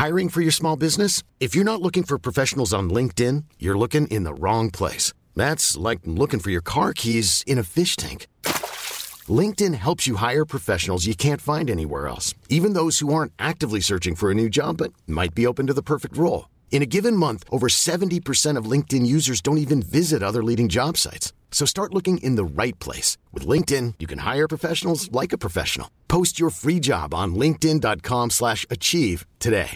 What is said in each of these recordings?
Hiring for your small business? If you're not looking for professionals on LinkedIn, you're looking in the wrong place. That's like looking for your car keys in a fish tank. LinkedIn helps you hire professionals you can't find anywhere else, even those who aren't actively searching for a new job but might be open to the perfect role. In a given month, over 70% of LinkedIn users don't even visit other leading job sites. So start looking in the right place. With LinkedIn, you can hire professionals like a professional. Post your free job on linkedin.com/achieve today.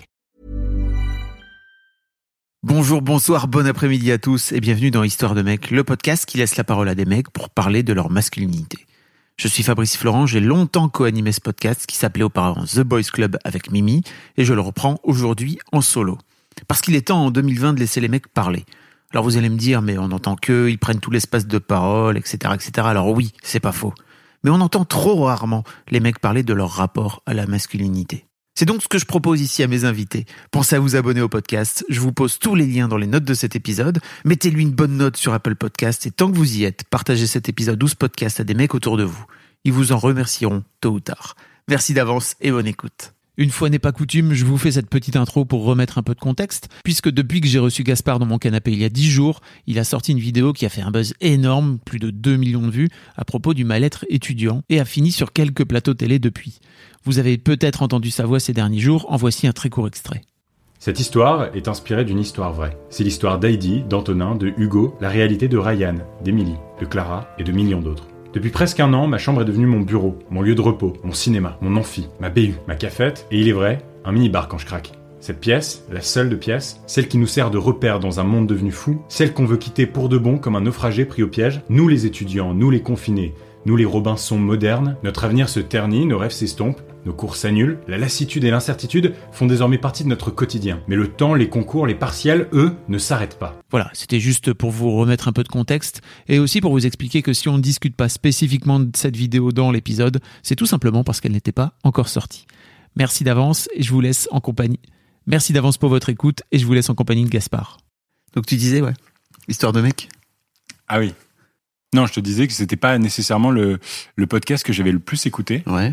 Bonjour, bonsoir, bon après-midi à tous et bienvenue dans Histoire de mecs, le podcast qui laisse la parole à des mecs pour parler de leur masculinité. Je suis Fabrice Florent, j'ai longtemps co-animé ce podcast qui s'appelait auparavant The Boys Club avec Mimi et je le reprends aujourd'hui en solo. Parce qu'il est temps en 2020 de laisser les mecs parler. Alors vous allez me dire, mais on entend qu'eux, ils prennent tout l'espace de parole, etc., etc. Alors oui, c'est pas faux. Mais on entend trop rarement les mecs parler de leur rapport à la masculinité. C'est donc ce que je propose ici à mes invités. Pensez à vous abonner au podcast. Je vous pose tous les liens dans les notes de cet épisode. Mettez-lui une bonne note sur Apple Podcast et tant que vous y êtes, partagez cet épisode ou ce podcast à des mecs autour de vous. Ils vous en remercieront tôt ou tard. Merci d'avance et bonne écoute. Une fois n'est pas coutume, je vous fais cette petite intro pour remettre un peu de contexte, puisque depuis que j'ai reçu Gaspard dans mon canapé il y a 10 jours, il a sorti une vidéo qui a fait un buzz énorme, plus de 2 millions de vues, à propos du mal-être étudiant, et a fini sur quelques plateaux télé depuis. Vous avez peut-être entendu sa voix ces derniers jours, en voici un très court extrait. Cette histoire est inspirée d'une histoire vraie. C'est l'histoire d'Heidi, d'Antonin, de Hugo, la réalité de Ryan, d'Emily, de Clara et de millions d'autres. Depuis presque un an, ma chambre est devenue mon bureau, mon lieu de repos, mon cinéma, mon amphi, ma BU, ma cafette, et il est vrai, un mini-bar quand je craque. Cette pièce, la seule de pièces, celle qui nous sert de repère dans un monde devenu fou, celle qu'on veut quitter pour de bon comme un naufragé pris au piège, nous les étudiants, nous les confinés, nous les Robinson modernes, notre avenir se ternit, nos rêves s'estompent, nos cours s'annulent, la lassitude et l'incertitude font désormais partie de notre quotidien. Mais le temps, les concours, les partiels, eux, ne s'arrêtent pas. Voilà, c'était juste pour vous remettre un peu de contexte et aussi pour vous expliquer que si on ne discute pas spécifiquement de cette vidéo dans l'épisode, c'est tout simplement parce qu'elle n'était pas encore sortie. Merci d'avance et je vous laisse en compagnie. Merci d'avance pour votre écoute et je vous laisse en compagnie de Gaspard. Donc tu disais, ouais, Histoire de mec. Ah oui. Non, je te disais que c'était pas nécessairement le podcast que j'avais le plus écouté. Ouais.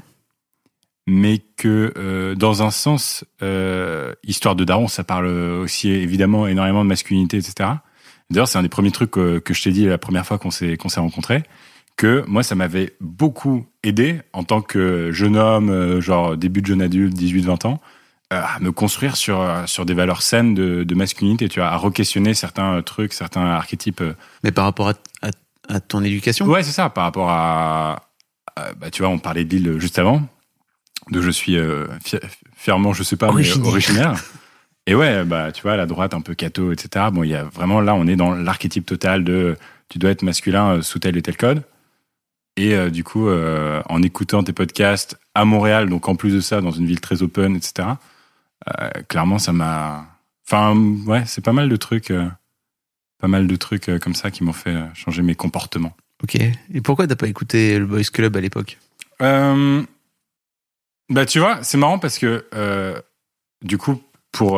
Mais que dans un sens, Histoire de daron, ça parle aussi évidemment énormément de masculinité, etc. D'ailleurs, c'est un des premiers trucs que je t'ai dit la première fois qu'on s'est rencontrés, que moi, ça m'avait beaucoup aidé en tant que jeune homme, genre début de jeune adulte, 18-20 ans, à me construire sur des valeurs saines de masculinité, tu vois, à re-questionner certains trucs, certains archétypes. Mais par rapport à ton éducation ? Ouais, c'est ça, par rapport à bah, tu vois, on parlait de Lille juste avant. Donc je suis fièrement, je sais pas, mais originaire. Et ouais, bah tu vois, la droite un peu catho, etc. Bon, il y a vraiment là, on est dans l'archétype total de tu dois être masculin sous tel et tel code. Et du coup, en écoutant tes podcasts à Montréal, donc en plus de ça, dans une ville très open, etc. Clairement, ça m'a. Enfin, ouais, c'est pas mal de trucs comme ça qui m'ont fait changer mes comportements. Ok. Et pourquoi t'as pas écouté le Boys Club à l'époque ? Bah tu vois, c'est marrant parce que du coup pour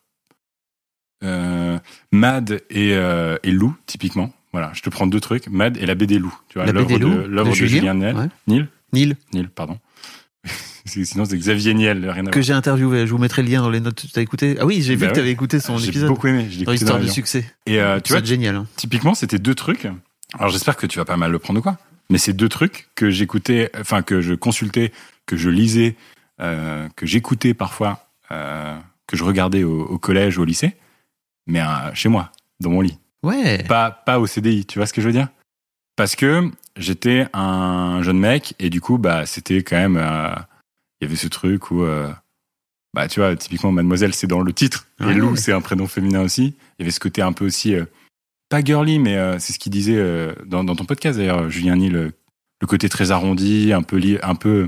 Mad et Lou typiquement, voilà, je te prends deux trucs, Mad et la BD Lou, tu vois, l'œuvre de Julien Niel, pardon. Sinon c'est Xavier Niel, rien à voir. Que j'ai interviewé, je vous mettrai le lien dans les notes. T'as écouté ? Ah oui, j'ai vu que t'avais écouté son épisode. J'ai beaucoup aimé, je l'ai écouté dans l'histoire du succès. Et tu vois, génial. Hein. Typiquement, c'était deux trucs. Alors j'espère que tu vas pas mal le prendre ou quoi. Mais c'est deux trucs que j'écoutais, enfin que je consultais, que je lisais, que j'écoutais parfois, que je regardais au collège ou au lycée, mais chez moi, dans mon lit. Ouais. Pas au CDI, tu vois ce que je veux dire ? Parce que j'étais un jeune mec et du coup, bah c'était quand même, il y avait ce truc où, bah tu vois, typiquement Mademoiselle, c'est dans le titre, et Lou, c'est un prénom féminin aussi. Il y avait ce côté un peu aussi, pas girly, mais c'est ce qu'il disait dans ton podcast d'ailleurs, Julien Niel, le côté très arrondi, un peu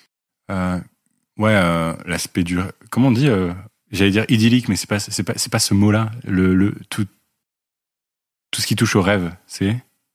l'aspect du, comment on dit, j'allais dire idyllique, mais c'est pas ce mot-là, tout ce qui touche au rêve, c'est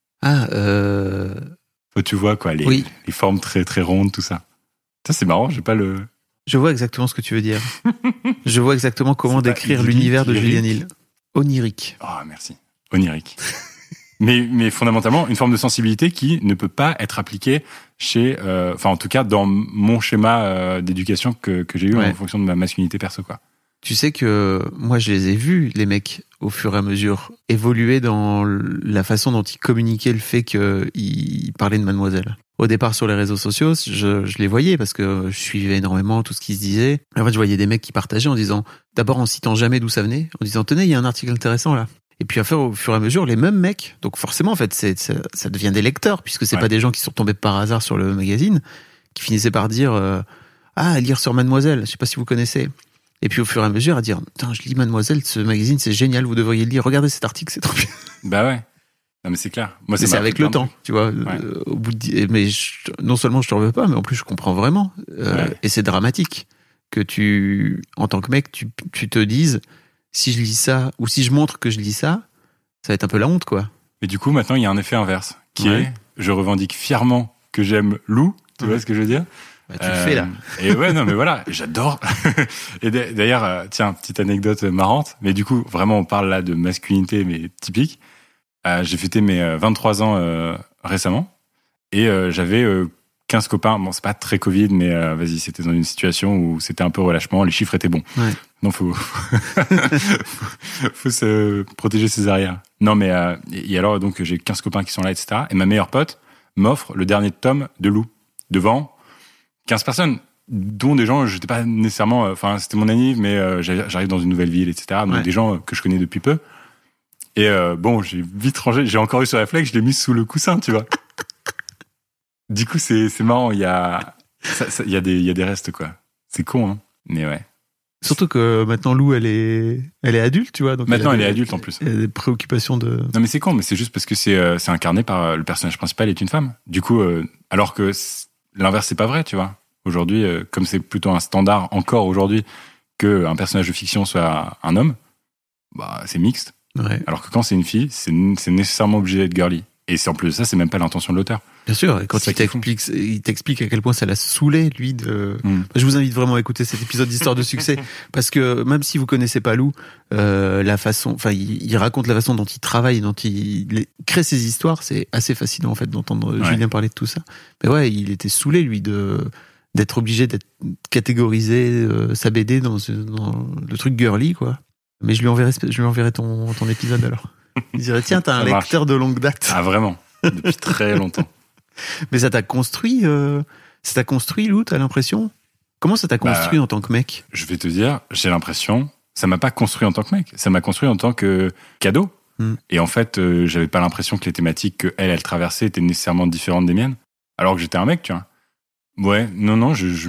tu vois quoi, les formes très très rondes, tout ça. Ça c'est marrant, j'ai pas le. Je vois exactement ce que tu veux dire. Je vois exactement comment décrire l'univers de Julien Niel. Onirique. Ah, merci. Onirique. mais fondamentalement, une forme de sensibilité qui ne peut pas être appliquée chez, en tout cas, dans mon schéma d'éducation que j'ai eu en fonction de ma masculinité perso, quoi. Tu sais que moi, je les ai vus, les mecs, au fur et à mesure, évoluer dans la façon dont ils communiquaient le fait qu'ils parlaient de Mademoiselle. Au départ, sur les réseaux sociaux, je les voyais parce que je suivais énormément tout ce qui se disait. En fait, je voyais des mecs qui partageaient en disant, d'abord en citant jamais d'où ça venait, en disant, tenez, il y a un article intéressant là. Et puis à faire au fur et à mesure, les mêmes mecs. Donc forcément, en fait, ça devient des lecteurs, puisque c'est pas des gens qui sont tombés par hasard sur le magazine, qui finissaient par dire, lire sur Mademoiselle, je sais pas si vous connaissez. Et puis au fur et à mesure, à dire, putain, je lis Mademoiselle, ce magazine, c'est génial, vous devriez le lire. Regardez cet article, c'est trop bien. Bah ouais. Non mais c'est clair. Moi, c'est avec le temps, tu vois. Ouais. Au bout mais non seulement je te veux pas, mais en plus je comprends vraiment. Et c'est dramatique que en tant que mec, tu te dises, si je lis ça, ou si je montre que je lis ça, ça va être un peu la honte, quoi. Et du coup, maintenant, il y a un effet inverse, qui est, je revendique fièrement que j'aime Lou, tu vois ce que je veux dire? Bah, tu le fais, là. Et ouais, non, mais voilà, j'adore. Et d'ailleurs, tiens, petite anecdote marrante, mais du coup, vraiment, on parle là de masculinité, mais typique. J'ai fêté mes 23 ans récemment, et j'avais 15 copains. Bon, c'est pas très Covid, mais vas-y, c'était dans une situation où c'était un peu relâchement, les chiffres étaient bons. Ouais. Non, faut se protéger ses arrières. Non, mais et alors, donc, j'ai 15 copains qui sont là, etc. Et ma meilleure pote m'offre le dernier tome de Lou, devant 15 personnes, dont des gens, j'étais pas nécessairement, enfin, c'était mon anniv, mais j'arrive dans une nouvelle ville, etc. Donc, des gens que je connais depuis peu. Et bon, j'ai vite rangé, j'ai encore eu ce réflexe, je l'ai mis sous le coussin, tu vois. Du coup, c'est marrant, il y a des restes, quoi. C'est con, hein. Mais ouais. Surtout que maintenant, Lou, elle est adulte, tu vois. Donc maintenant, elle est adulte, en plus. Elle a des préoccupations de... Non, mais c'est con, mais c'est juste parce que c'est incarné par le personnage principal est une femme. Du coup, alors que l'inverse, c'est pas vrai, tu vois. Aujourd'hui, comme c'est plutôt un standard encore aujourd'hui qu'un personnage de fiction soit un homme, bah, c'est mixte. Ouais. Alors que quand c'est une fille, c'est nécessairement obligé d'être girly. Et c'est en plus de ça, c'est même pas l'intention de l'auteur. Bien sûr, et quand il t'explique à quel point ça l'a saoulé, lui, de... Je vous invite vraiment à écouter cet épisode d'Histoire de succès, parce que même si vous connaissez pas Lou, la façon, enfin, il raconte la façon dont il travaille, dont il crée ses histoires, c'est assez fascinant, en fait, d'entendre Julien parler de tout ça. Mais ouais, il était saoulé, lui, d'être obligé d'être catégorisé sa BD dans le truc girly, quoi. Mais je lui enverrai ton épisode alors. Il dirait, tiens, t'as un lecteur de longue date. Ah, vraiment? Depuis très longtemps. Mais ça t'a construit, Lou, t'as l'impression? Comment ça t'a construit en tant que mec? Je vais te dire, j'ai l'impression, ça m'a pas construit en tant que mec, ça m'a construit en tant que cadeau. Et en fait, j'avais pas l'impression que les thématiques qu'elle traversait étaient nécessairement différentes des miennes, alors que j'étais un mec, tu vois. Ouais, non,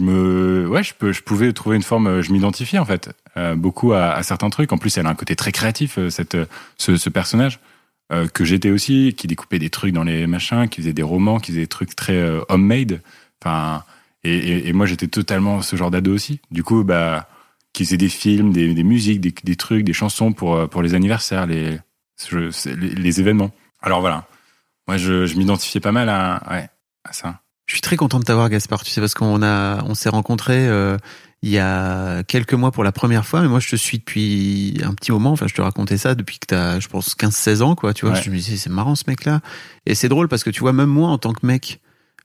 je pouvais trouver une forme, je m'identifiais en fait, beaucoup à certains trucs. En plus, elle a un côté très créatif, ce personnage, que j'étais aussi, qui découpait des trucs dans les machins, qui faisait des romans, qui faisait des trucs très homemade. Enfin, et moi, j'étais totalement ce genre d'ado aussi. Du coup, qui faisait des films, des musiques, des trucs, des chansons pour les anniversaires, les événements. Alors voilà, moi, je m'identifiais pas mal à ça. Je suis très content de t'avoir, Gaspard, tu sais, parce on s'est rencontrés il y a quelques mois pour la première fois, mais moi je te suis depuis un petit moment, enfin je te racontais ça depuis que t'as, je pense, 15-16 ans, quoi, tu vois, je me disais, c'est marrant ce mec-là, et c'est drôle parce que tu vois, même moi en tant que mec,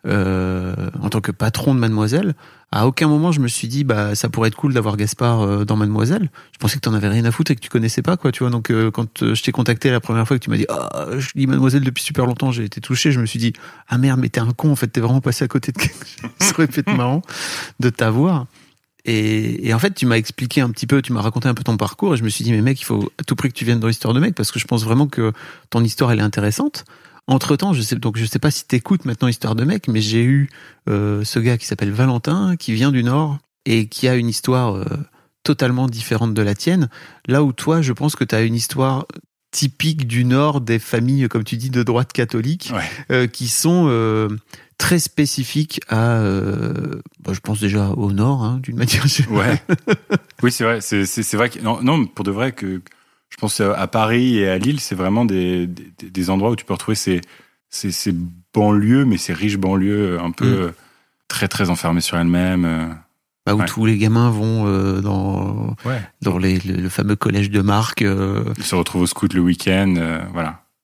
en tant que patron de Mademoiselle, à aucun moment je me suis dit ça pourrait être cool d'avoir Gaspard dans Mademoiselle. Je pensais que t'en avais rien à foutre et que tu connaissais pas, quoi, tu vois. Donc quand je t'ai contacté la première fois que tu m'as dit je lis Mademoiselle depuis super longtemps, j'ai été touché, je me suis dit ah merde, mais t'es un con, en fait, t'es vraiment passé à côté de quelque chose. Ça aurait pu être marrant de t'avoir. Et en fait, tu m'as expliqué un petit peu, tu m'as raconté un peu ton parcours, et je me suis dit mais mec, il faut à tout prix que tu viennes dans l'Histoire de mec, parce que je pense vraiment que ton histoire elle est intéressante. Entre-temps, je sais pas si t'écoutes maintenant Histoire de mec, mais j'ai eu ce gars qui s'appelle Valentin, qui vient du Nord et qui a une histoire totalement différente de la tienne. Là où toi, je pense que t'as une histoire typique du Nord, des familles, comme tu dis, de droite catholique, qui sont très spécifiques à, je pense déjà au Nord, hein, d'une manière générale. Ouais. Oui, c'est vrai. C'est vrai que non, pour de vrai que. Je pense à Paris et à Lille, c'est vraiment des endroits où tu peux retrouver ces banlieues, mais ces riches banlieues un peu très très enfermées sur elles-mêmes. Où tous les gamins vont dans le fameux collège de Marc. Ils se retrouvent au scout le week-end, voilà.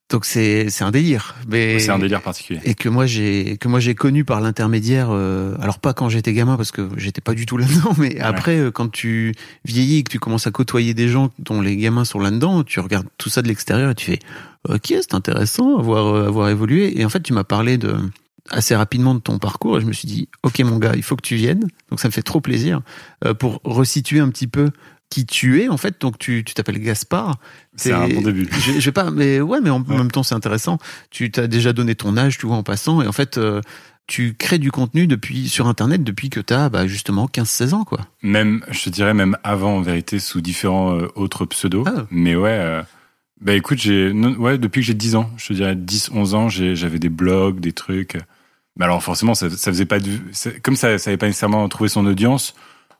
Donc c'est un délire. Mais c'est un délire particulier. Et que moi j'ai connu par l'intermédiaire. Alors pas quand j'étais gamin parce que j'étais pas du tout là-dedans, mais après quand tu vieillis et que tu commences à côtoyer des gens dont les gamins sont là-dedans, tu regardes tout ça de l'extérieur et tu fais ok, c'est intéressant avoir évolué. Et en fait tu m'as parlé assez rapidement de ton parcours et je me suis dit ok mon gars, il faut que tu viennes. Donc ça me fait trop plaisir pour resituer un petit peu qui tu es en fait. Donc tu t'appelles Gaspard. C'est un bon début. Je vais pas, mais en même temps c'est intéressant. Tu t'as déjà donné ton âge, tu vois, en passant, et en fait tu crées du contenu sur internet depuis que t'as justement 15-16 ans quoi. Même, je te dirais même avant en vérité sous différents autres pseudos. Mais écoute, depuis que j'ai 10 ans, je te dirais 10-11 ans, j'avais des blogs, des trucs. Mais alors forcément ça faisait pas comme ça avait pas nécessairement trouvé son audience.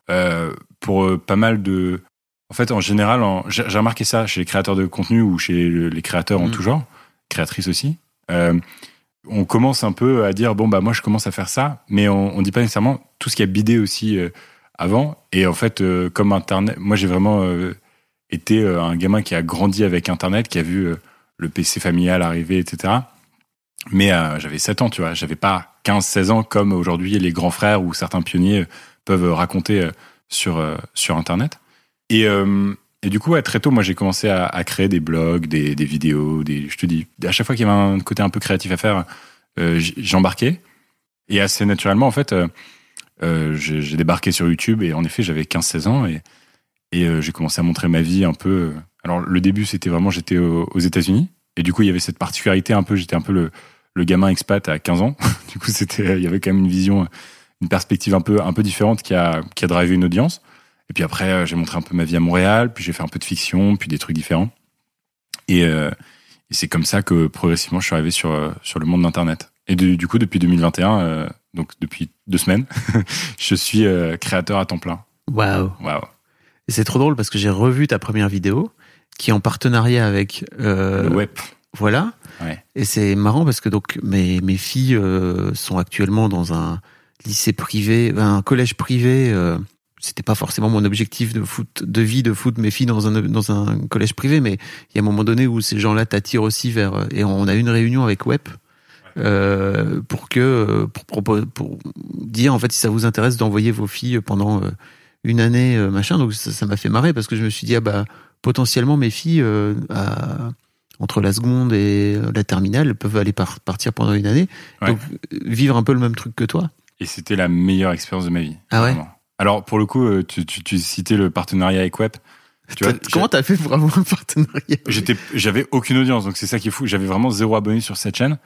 Pour pas mal de... En fait, en général, j'ai remarqué ça chez les créateurs de contenu ou chez les créateurs en tout genre, créatrices aussi. On commence un peu à dire, moi, je commence à faire ça, mais on dit pas nécessairement tout ce qui a bidé aussi avant. Et en fait, comme Internet... Moi, j'ai vraiment été un gamin qui a grandi avec Internet, qui a vu le PC familial arriver, etc. Mais j'avais 7 ans, tu vois. J'avais pas 15-16 ans comme aujourd'hui les grands frères ou certains pionniers peuvent raconter sur Internet. Et du coup, très tôt, moi, j'ai commencé à créer des blogs, des vidéos, je te dis, à chaque fois qu'il y avait un côté un peu créatif à faire, j'embarquais. Et assez naturellement, en fait, j'ai débarqué sur YouTube et en effet, j'avais 15-16 ans et j'ai commencé à montrer ma vie un peu. Alors, le début, c'était vraiment, j'étais aux États-Unis et du coup, il y avait cette particularité un peu, j'étais un peu le gamin expat à 15 ans. Du coup, il y avait quand même une vision, une perspective un peu différente qui a drivé une audience. Et puis après, j'ai montré un peu ma vie à Montréal, puis j'ai fait un peu de fiction, puis des trucs différents. Et c'est comme ça que progressivement, je suis arrivé sur le monde d'Internet. Et du coup, depuis 2021, donc depuis 2 semaines, je suis créateur à temps plein. Waouh. Et c'est trop drôle parce que j'ai revu ta première vidéo qui est en partenariat avec le web. Voilà. Ouais. Et c'est marrant parce que donc mes filles sont actuellement dans un lycée privé, un collège privé. C'était pas forcément mon objectif de vie de foot mes filles dans un collège privé, mais il y a un moment donné où ces gens-là t'attirent aussi vers. Et on a eu une réunion avec WEP pour dire en fait si ça vous intéresse d'envoyer vos filles pendant une année machin. Donc ça m'a fait marrer parce que je me suis dit potentiellement mes filles entre la seconde et la terminale peuvent aller partir pendant une année, donc vivre un peu le même truc que toi. Et c'était la meilleure expérience de ma vie. Ah ouais. Vraiment. Alors pour le coup, tu citais le partenariat avec Web. Comment t'as fait pour avoir un partenariat? J'avais aucune audience, donc c'est ça qui est fou. J'avais vraiment 0 abonné sur cette chaîne.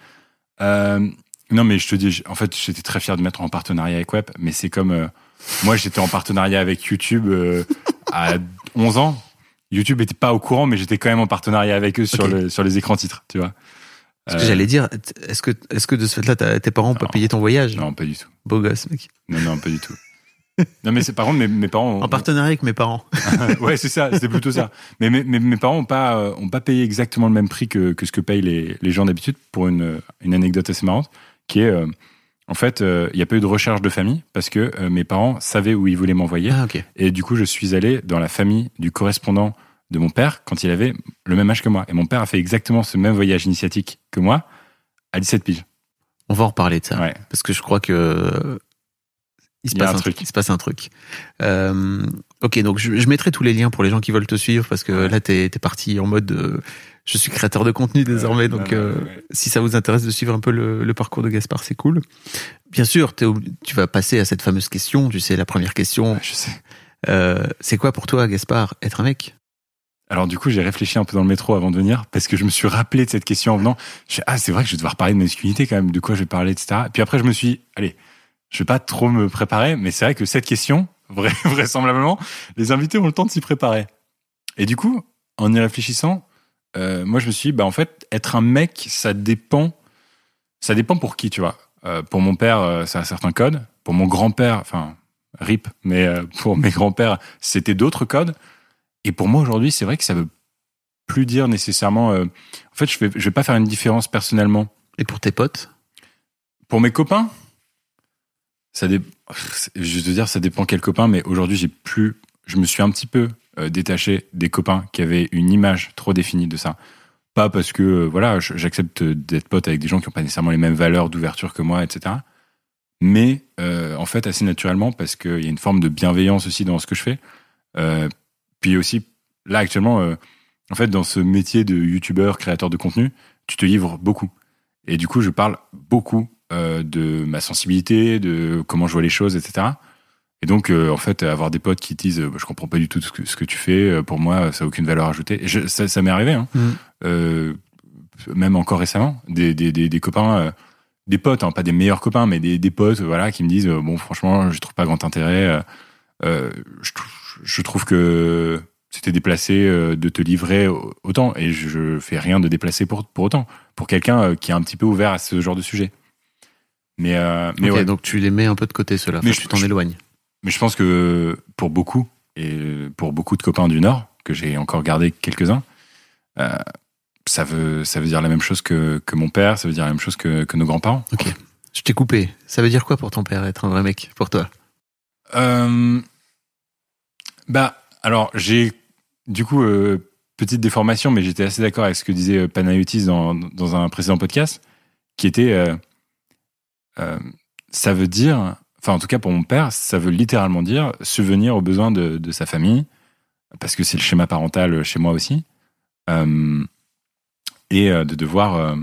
Non, mais je te dis, en fait, j'étais très fier de mettre en partenariat avec Web, mais c'est comme moi, j'étais en partenariat avec YouTube à 11 ans. YouTube était pas au courant, mais j'étais quand même en partenariat avec eux sur les écrans titres, tu vois. Ce que j'allais dire, est-ce que de ce fait-là, tes parents ont pas payé ton voyage? Non, pas du tout. Beau gosse, mec. Non, pas du tout. Non, mais par contre, mes parents... En partenariat avec mes parents. Ouais, c'est ça, c'était plutôt ça. Mais mes parents ont pas payé exactement le même prix que ce que payent les gens d'habitude, pour une anecdote assez marrante, qui est... en fait, il n'y a pas eu de recherche de famille, parce que mes parents savaient où ils voulaient m'envoyer. Ah, ok. Et du coup, je suis allé dans la famille du correspondant de mon père quand il avait le même âge que moi. Et mon père a fait exactement ce même voyage initiatique que moi, à 17 piges. On va en reparler de ça. Ouais. Parce que je crois que... Il se passe un truc. Ok, donc je mettrai tous les liens pour les gens qui veulent te suivre, parce que là, t'es parti en mode je suis créateur de contenu désormais, donc si ça vous intéresse de suivre un peu le parcours de Gaspard, c'est cool. Bien sûr, tu vas passer à cette fameuse question, tu sais, la première question. Ouais, je sais. C'est quoi pour toi, Gaspard, être un mec? Alors du coup, j'ai réfléchi un peu dans le métro avant de venir, parce que je me suis rappelé de cette question en venant. C'est vrai que je vais devoir parler de masculinité quand même, de quoi je vais parler, etc. Puis après, je me suis dit, allez, je vais pas trop me préparer, mais c'est vrai que cette question, vraisemblablement, les invités ont le temps de s'y préparer. Et du coup, en y réfléchissant, moi je me suis dit, en fait, être un mec, ça dépend pour qui, tu vois. Pour mon père, ça a certains codes. Pour mon grand-père, enfin, RIP, mais pour mes grands-pères, c'était d'autres codes. Et pour moi aujourd'hui, c'est vrai que ça veut plus dire nécessairement... en fait, je vais pas faire une différence personnellement. Et pour tes potes? Pour mes copains, je veux te dire, ça dépend quel copain, mais aujourd'hui, je me suis un petit peu détaché des copains qui avaient une image trop définie de ça. Pas parce que, voilà, j'accepte d'être pote avec des gens qui n'ont pas nécessairement les mêmes valeurs d'ouverture que moi, etc. Mais, en fait, assez naturellement, parce qu'il y a une forme de bienveillance aussi dans ce que je fais. Puis aussi, là, actuellement, en fait, dans ce métier de youtubeur, créateur de contenu, tu te livres beaucoup. Et du coup, je parle beaucoup de ma sensibilité, de comment je vois les choses, etc. Et donc, en fait, avoir des potes qui te disent je comprends pas du tout ce que tu fais, pour moi, ça n'a aucune valeur ajoutée. Et ça m'est arrivé, hein. Même encore récemment, des copains, des potes, hein, pas des meilleurs copains, mais des potes, voilà, qui me disent bon, franchement, je trouve pas grand intérêt. Je trouve que c'était déplacé de te livrer autant, et je fais rien de déplacé pour autant, pour quelqu'un qui est un petit peu ouvert à ce genre de sujet. Mais ouais. Donc tu les mets un peu de côté, ceux-là. Enfin, tu t'en éloignes. Mais je pense que pour beaucoup de copains du Nord, que j'ai encore gardé quelques-uns, ça veut dire la même chose que mon père, ça veut dire la même chose que nos grands-parents. Ok. Je t'ai coupé. Ça veut dire quoi pour ton père, être un vrai mec, pour toi? Alors, j'ai, du coup, petite déformation, mais j'étais assez d'accord avec ce que disait Panayotis dans un précédent podcast, qui était, ça veut dire, enfin, en tout cas pour mon père, ça veut littéralement dire subvenir aux besoins de sa famille, parce que c'est le schéma parental chez moi aussi, et de devoir,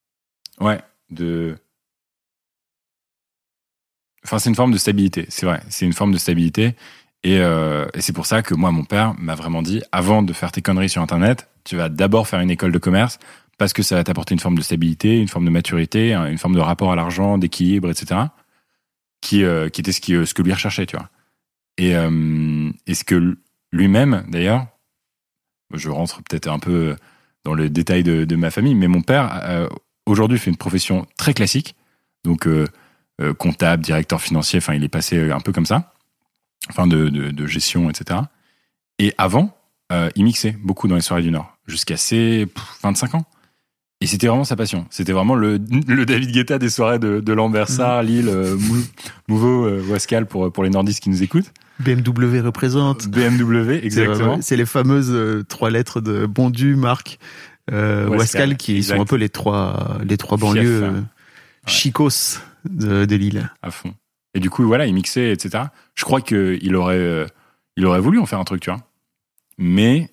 enfin, c'est une forme de stabilité, c'est vrai, c'est une forme de stabilité. Et c'est pour ça que moi, mon père m'a vraiment dit, avant de faire tes conneries sur Internet, tu vas d'abord faire une école de commerce, parce que ça va t'apporter une forme de stabilité, une forme de maturité, une forme de rapport à l'argent, d'équilibre, etc. Qui était ce que lui recherchait, tu vois. Et ce que lui-même, d'ailleurs, je rentre peut-être un peu dans le détail de ma famille, mais mon père, aujourd'hui, fait une profession très classique, donc comptable, directeur financier, enfin, il est passé un peu comme ça, enfin de gestion, etc. Et avant, il mixait beaucoup dans les soirées du Nord, jusqu'à ses 25 ans. Et c'était vraiment sa passion. C'était vraiment le David Guetta des soirées de Lambersart, Lille, Mouveau, Wascal pour les nordistes qui nous écoutent. BMW représente. BMW, exactement. C'est les fameuses 3 lettres de Bondu, Marc, Wascal, qui exact. sont un peu les trois banlieues chicos de Lille. À fond. Et du coup, voilà, il mixait, etc. Je crois qu'il aurait voulu en faire un truc, tu vois. Mais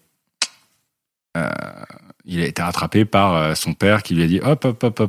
il a été rattrapé par son père qui lui a dit hop,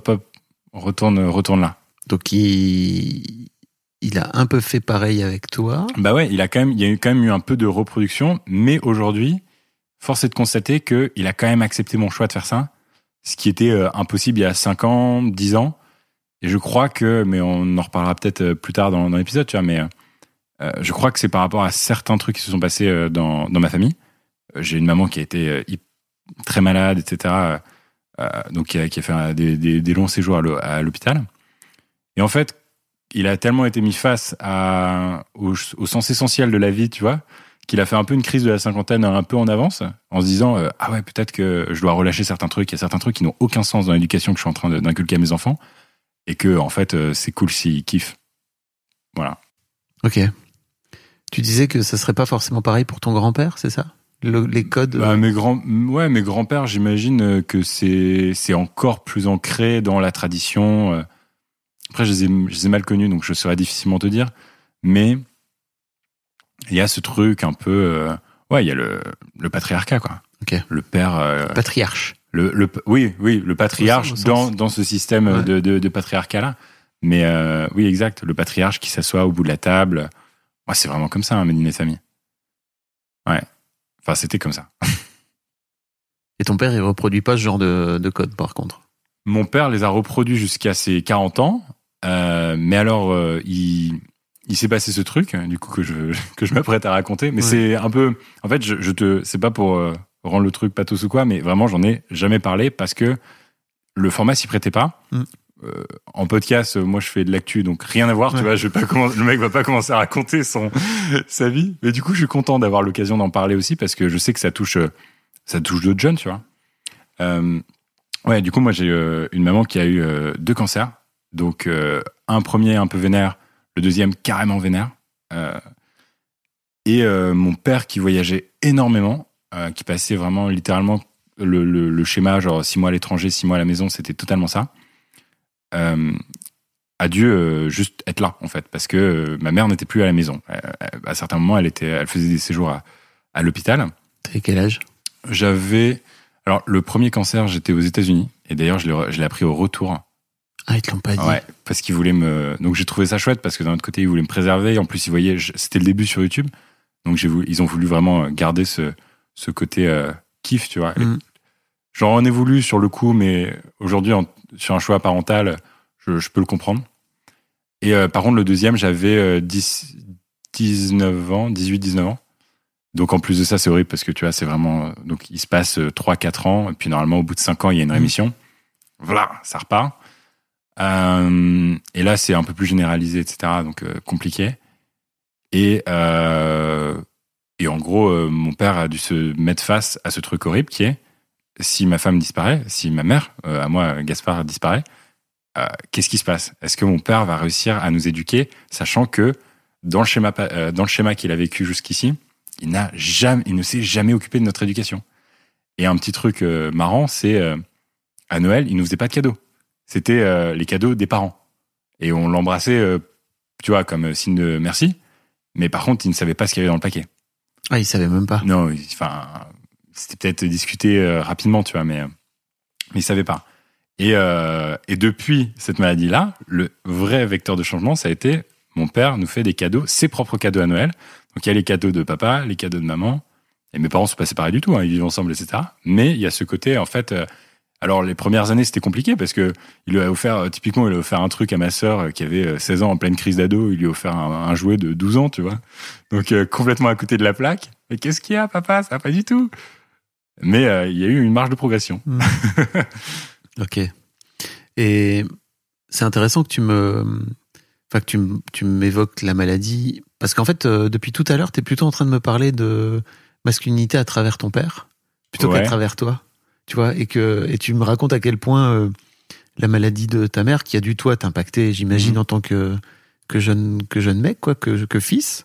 retourne là. Donc il a un peu fait pareil avec toi. Bah ouais, il y a quand même eu un peu de reproduction, mais aujourd'hui, force est de constater qu'il a quand même accepté mon choix de faire ça, ce qui était impossible il y a 5 ans, 10 ans. Et je crois mais on en reparlera peut-être plus tard dans l'épisode, tu vois, mais je crois que c'est par rapport à certains trucs qui se sont passés dans ma famille. J'ai une maman qui a été très malade, etc. Donc qui a fait des longs séjours à l'hôpital. Et en fait, il a tellement été mis face au sens essentiel de la vie, tu vois, qu'il a fait un peu une crise de la cinquantaine un peu en avance, en se disant ah ouais, peut-être que je dois relâcher certains trucs. Il y a certains trucs qui n'ont aucun sens dans l'éducation que je suis en train d'inculquer à mes enfants, et que en fait c'est cool s'ils kiffent. Voilà. Ok. Tu disais que ça serait pas forcément pareil pour ton grand-père, c'est ça? Les codes. Mes grands-pères, j'imagine que c'est encore plus ancré dans la tradition. Après, je les ai mal connus, donc je saurais difficilement te dire. Mais il y a ce truc un peu, il y a le patriarcat, quoi. Ok. Le père. Patriarche. Oui, le patriarche dans ce système de patriarcat-là. Mais oui, exact. Le patriarche qui s'assoit au bout de la table. Moi, c'est vraiment comme ça, hein, Médine et Samy. Ouais. Enfin, c'était comme ça. Et ton père, il reproduit pas ce genre de code, par contre? Mon père les a reproduits jusqu'à ses 40 ans. Mais alors, il s'est passé ce truc, du coup, que je m'apprête à raconter. Mais c'est un peu... En fait, c'est pas pour rendre le truc pathos ou quoi, mais vraiment, j'en ai jamais parlé parce que le format s'y prêtait pas. En podcast, moi, je fais de l'actu, donc rien à voir, tu vois. Le mec va pas commencer à raconter sa vie. Mais du coup, je suis content d'avoir l'occasion d'en parler aussi parce que je sais que ça touche d'autres jeunes, tu vois. Du coup, moi, j'ai une maman qui a eu 2 cancers. Donc, un premier un peu vénère, le deuxième carrément vénère. Et mon père qui voyageait énormément, qui passait vraiment littéralement le schéma, genre 6 mois à l'étranger, 6 mois à la maison, c'était totalement ça. A dû juste être là, en fait, parce que ma mère n'était plus à la maison. À certains moments, elle faisait des séjours à l'hôpital. T'avais quel âge ? Alors, le premier cancer, j'étais aux États-Unis, et d'ailleurs, je l'ai appris au retour. Ah, ils te l'ont pas dit. Ouais, parce qu'ils voulaient donc j'ai trouvé ça chouette, parce que d'un autre côté, ils voulaient me préserver. En plus, ils voyaient, c'était le début sur YouTube. Donc, ils ont voulu vraiment garder ce côté kiff, tu vois. J'en ai voulu sur le coup, mais aujourd'hui, sur un choix parental, je peux le comprendre. Et par contre, le deuxième, j'avais 18-19 ans. Donc, en plus de ça, c'est horrible parce que tu vois, c'est vraiment. Donc, il se passe 3-4 ans. Et puis, normalement, au bout de 5 ans, il y a une rémission. Voilà, ça repart. Et là, c'est un peu plus généralisé, etc. Donc, compliqué. Et en gros, mon père a dû se mettre face à ce truc horrible qui est si ma femme disparaît, si ma mère, à moi, Gaspard, disparaît, qu'est-ce qui se passe ? Est-ce que mon père va réussir à nous éduquer, sachant que dans le schéma qu'il a vécu jusqu'ici, il ne s'est jamais occupé de notre éducation. Et un petit truc marrant, c'est à Noël, il nous faisait pas de cadeaux. C'était les cadeaux des parents. Et on l'embrassait, tu vois, comme signe de merci. Mais par contre, il ne savait pas ce qu'il y avait dans le paquet. Ah, il savait même pas. Non, c'était peut-être discuté rapidement, tu vois, mais il savait pas. Et depuis cette maladie-là, le vrai vecteur de changement, ça a été mon père nous fait des cadeaux, ses propres cadeaux à Noël. Donc il y a les cadeaux de papa, les cadeaux de maman. Et mes parents sont pas séparés du tout, hein, ils vivent ensemble, etc. Mais il y a ce côté, en fait. Alors les premières années, c'était compliqué parce que il lui a offert un truc à ma sœur qui avait 16 ans en pleine crise d'ado. Il lui a offert un jouet de 12 ans, tu vois. Donc complètement à côté de la plaque. Mais qu'est-ce qu'il y a, papa ? Ça va pas du tout. Mais il y a eu une marge de progression. Ok. Et c'est intéressant que tu m'évoques la maladie, parce qu'en fait, depuis tout à l'heure, t'es plutôt en train de me parler de masculinité à travers ton père, plutôt qu'à travers toi, tu vois, et tu me racontes à quel point la maladie de ta mère, qui a dû toi t'impacter, j'imagine, en tant que jeune mec, quoi, que fils.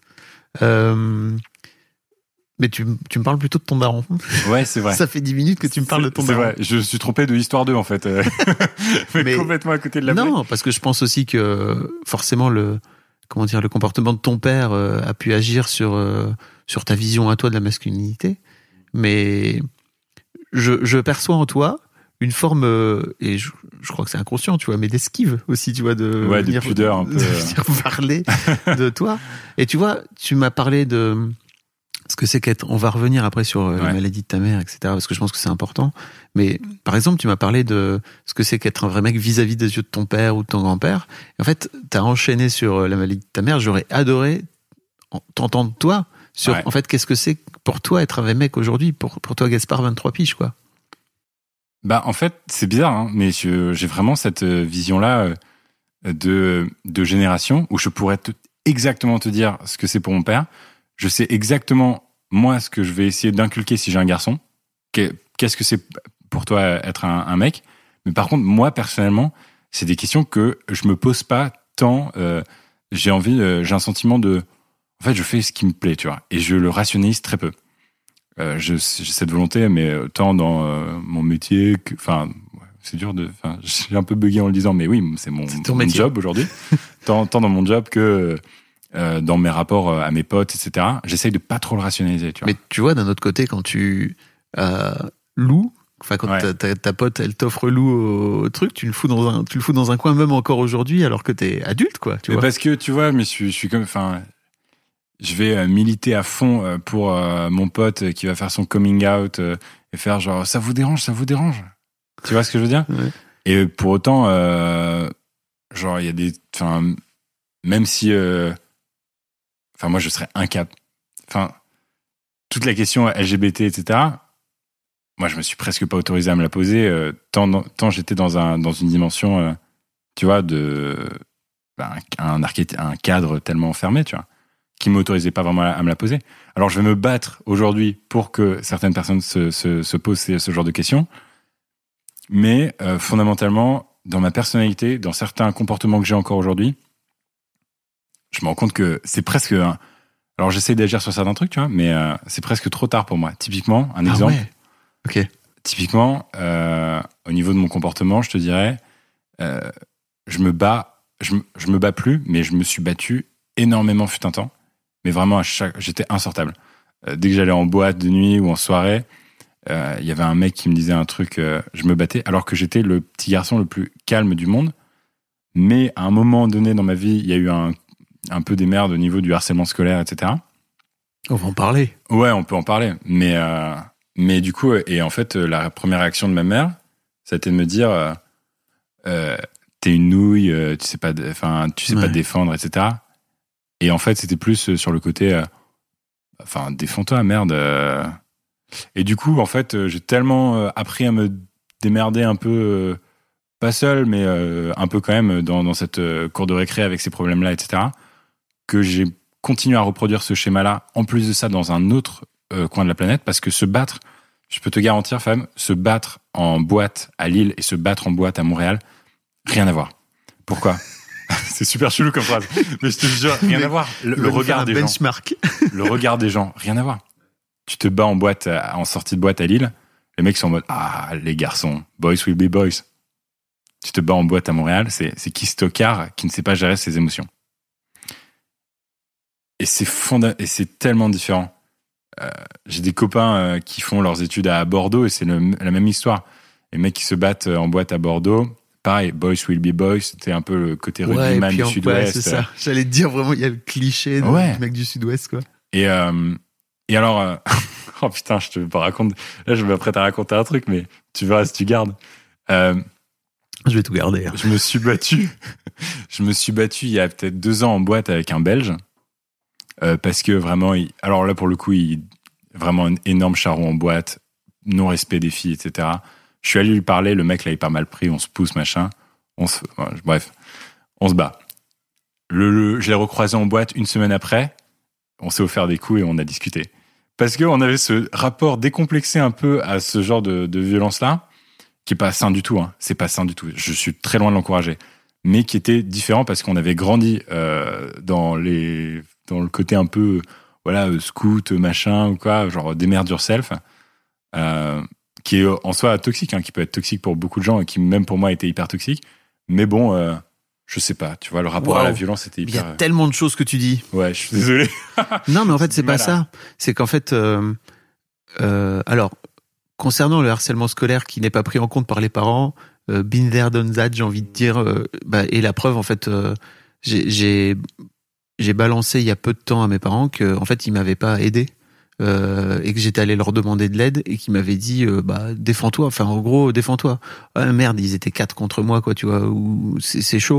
Mais tu me parles plutôt de ton daron. Ouais, c'est vrai. Ça fait 10 minutes que tu me parles de ton daron. C'est vrai. Je suis trompé de l'histoire 2, en fait. mais complètement à côté de la plaque. Non, parce que je pense aussi que forcément le comportement de ton père a pu agir sur ta vision à toi de la masculinité. Mais je perçois en toi une forme, et je crois que c'est inconscient, tu vois, mais d'esquive aussi, tu vois, de pudeur un peu. De venir parler de toi. Et tu vois, tu m'as parlé de ce que c'est qu'être. On va revenir après sur la maladie de ta mère, etc. Parce que je pense que c'est important. Mais par exemple, tu m'as parlé de ce que c'est qu'être un vrai mec vis-à-vis des yeux de ton père ou de ton grand-père. Et en fait, t'as enchaîné sur la maladie de ta mère. J'aurais adoré t'entendre toi sur en fait qu'est-ce que c'est pour toi être un vrai mec aujourd'hui, pour toi Gaspard 23 piges, quoi. Bah en fait, c'est bizarre, hein, mais j'ai vraiment cette vision-là de génération où je pourrais exactement te dire ce que c'est pour mon père. Je sais exactement, moi, ce que je vais essayer d'inculquer si j'ai un garçon. Qu'est-ce que c'est pour toi être un mec ? Mais par contre, moi, personnellement, c'est des questions que je me pose pas tant. J'ai un sentiment de... En fait, je fais ce qui me plaît, tu vois. Et je le rationalise très peu. J'ai cette volonté, mais tant dans mon métier que... Enfin, c'est dur de... Enfin, j'ai un peu bugué en le disant, mais oui, c'est mon job aujourd'hui. tant dans mon job que... dans mes rapports à mes potes, etc. J'essaye de pas trop le rationaliser, tu vois. Mais tu vois, d'un autre côté, quand tu loues, enfin quand ta pote elle t'offre loup au truc, tu le fous dans un coin même encore aujourd'hui, alors que t'es adulte, quoi. Tu vois. Parce que tu vois, mais je suis comme, enfin, je vais militer à fond pour mon pote qui va faire son coming out et faire genre ça vous dérange. Tu vois ce que je veux dire ? Ouais. Et pour autant, genre il y a des, enfin, même si enfin, moi, je serais incapable. Enfin, toute la question LGBT, etc., moi, je me suis presque pas autorisé à me la poser, tant j'étais dans une dimension, tu vois, un cadre tellement fermé, tu vois, qui m'autorisait pas vraiment à me la poser. Alors, je vais me battre aujourd'hui pour que certaines personnes se posent ce genre de questions. Mais, fondamentalement, dans ma personnalité, dans certains comportements que j'ai encore aujourd'hui, je me rends compte que c'est presque... Alors, j'essaie d'agir sur certains trucs, tu vois, mais c'est presque trop tard pour moi. Typiquement, un exemple. Ouais. Ok. typiquement, au niveau de mon comportement, je te dirais, je me bats plus, mais je me suis battu énormément fut un temps. Mais vraiment, j'étais insortable. Dès que j'allais en boîte de nuit ou en soirée, il y avait un mec qui me disait un truc, je me battais, alors que j'étais le petit garçon le plus calme du monde. Mais à un moment donné dans ma vie, il y a eu un peu des merdes au niveau du harcèlement scolaire, etc. On va en parler. Ouais, on peut en parler. Mais du coup, et en fait, la première réaction de ma mère, ça a été de me dire, t'es une nouille, tu sais pas te défendre, etc. Et en fait, c'était plus sur le côté, défends-toi, merde. Et du coup, en fait, j'ai tellement appris à me démerder un peu, pas seul, mais un peu quand même dans cette cour de récré avec ces problèmes-là, etc., que j'ai continué à reproduire ce schéma-là, en plus de ça, dans un autre coin de la planète, parce que se battre, je peux te garantir, femme, se battre en boîte à Lille et se battre en boîte à Montréal, rien à voir. Pourquoi ? C'est super chelou comme phrase, mais je te jure, rien à voir. Le regard des benchmark. gens. Le regard des gens, rien à voir. Tu te bats en boîte, en sortie de boîte à Lille, les mecs sont en mode « Ah, les garçons, boys will be boys ». Tu te bats en boîte à Montréal, c'est qui Stockard qui ne sait pas gérer ses émotions. Et c'est tellement différent. J'ai des copains qui font leurs études à Bordeaux et c'est la même histoire. Les mecs qui se battent en boîte à Bordeaux, pareil, boys will be boys, c'était un peu le côté rugbyman du Sud-Ouest. Ouais, c'est ça. J'allais te dire vraiment, il y a le cliché du mec du Sud-Ouest, quoi. Et alors, oh putain, je te raconte. Là, je m'apprête à raconter un truc, mais tu verras si tu gardes. Je vais tout garder. Hein. Je me suis battu il y a peut-être 2 ans en boîte avec un Belge. Parce que vraiment, alors là, pour le coup, vraiment un énorme charron en boîte, non-respect des filles, etc. Je suis allé lui parler, le mec l'avait pas mal pris, on se pousse, machin. Bref, on se bat. Je l'ai recroisé en boîte 1 semaine après, on s'est offert des coups et on a discuté. Parce qu'on avait ce rapport décomplexé un peu à ce genre de violence-là, qui est pas sain du tout, hein. C'est pas sain du tout. Je suis très loin de l'encourager. Mais qui était différent parce qu'on avait grandi dans le côté un peu scout, machin ou quoi, genre démerde yourself, qui est en soi toxique, hein, qui peut être toxique pour beaucoup de gens et qui même pour moi était hyper toxique. Mais bon, je sais pas, tu vois, le rapport à la violence était hyper... Il y a tellement de choses que tu dis. Ouais, je suis désolé. Non, mais en fait, c'est pas ça. C'est qu'en fait, alors, concernant le harcèlement scolaire qui n'est pas pris en compte par les parents, been there, done that, j'ai envie de dire, et la preuve, en fait, j'ai balancé il y a peu de temps à mes parents que, en fait, ils m'avaient pas aidé, et que j'étais allé leur demander de l'aide et qu'ils m'avaient dit, défends-toi, enfin, en gros, défends-toi. Ah, merde, ils étaient 4 contre moi, quoi, tu vois, ou c'est chaud.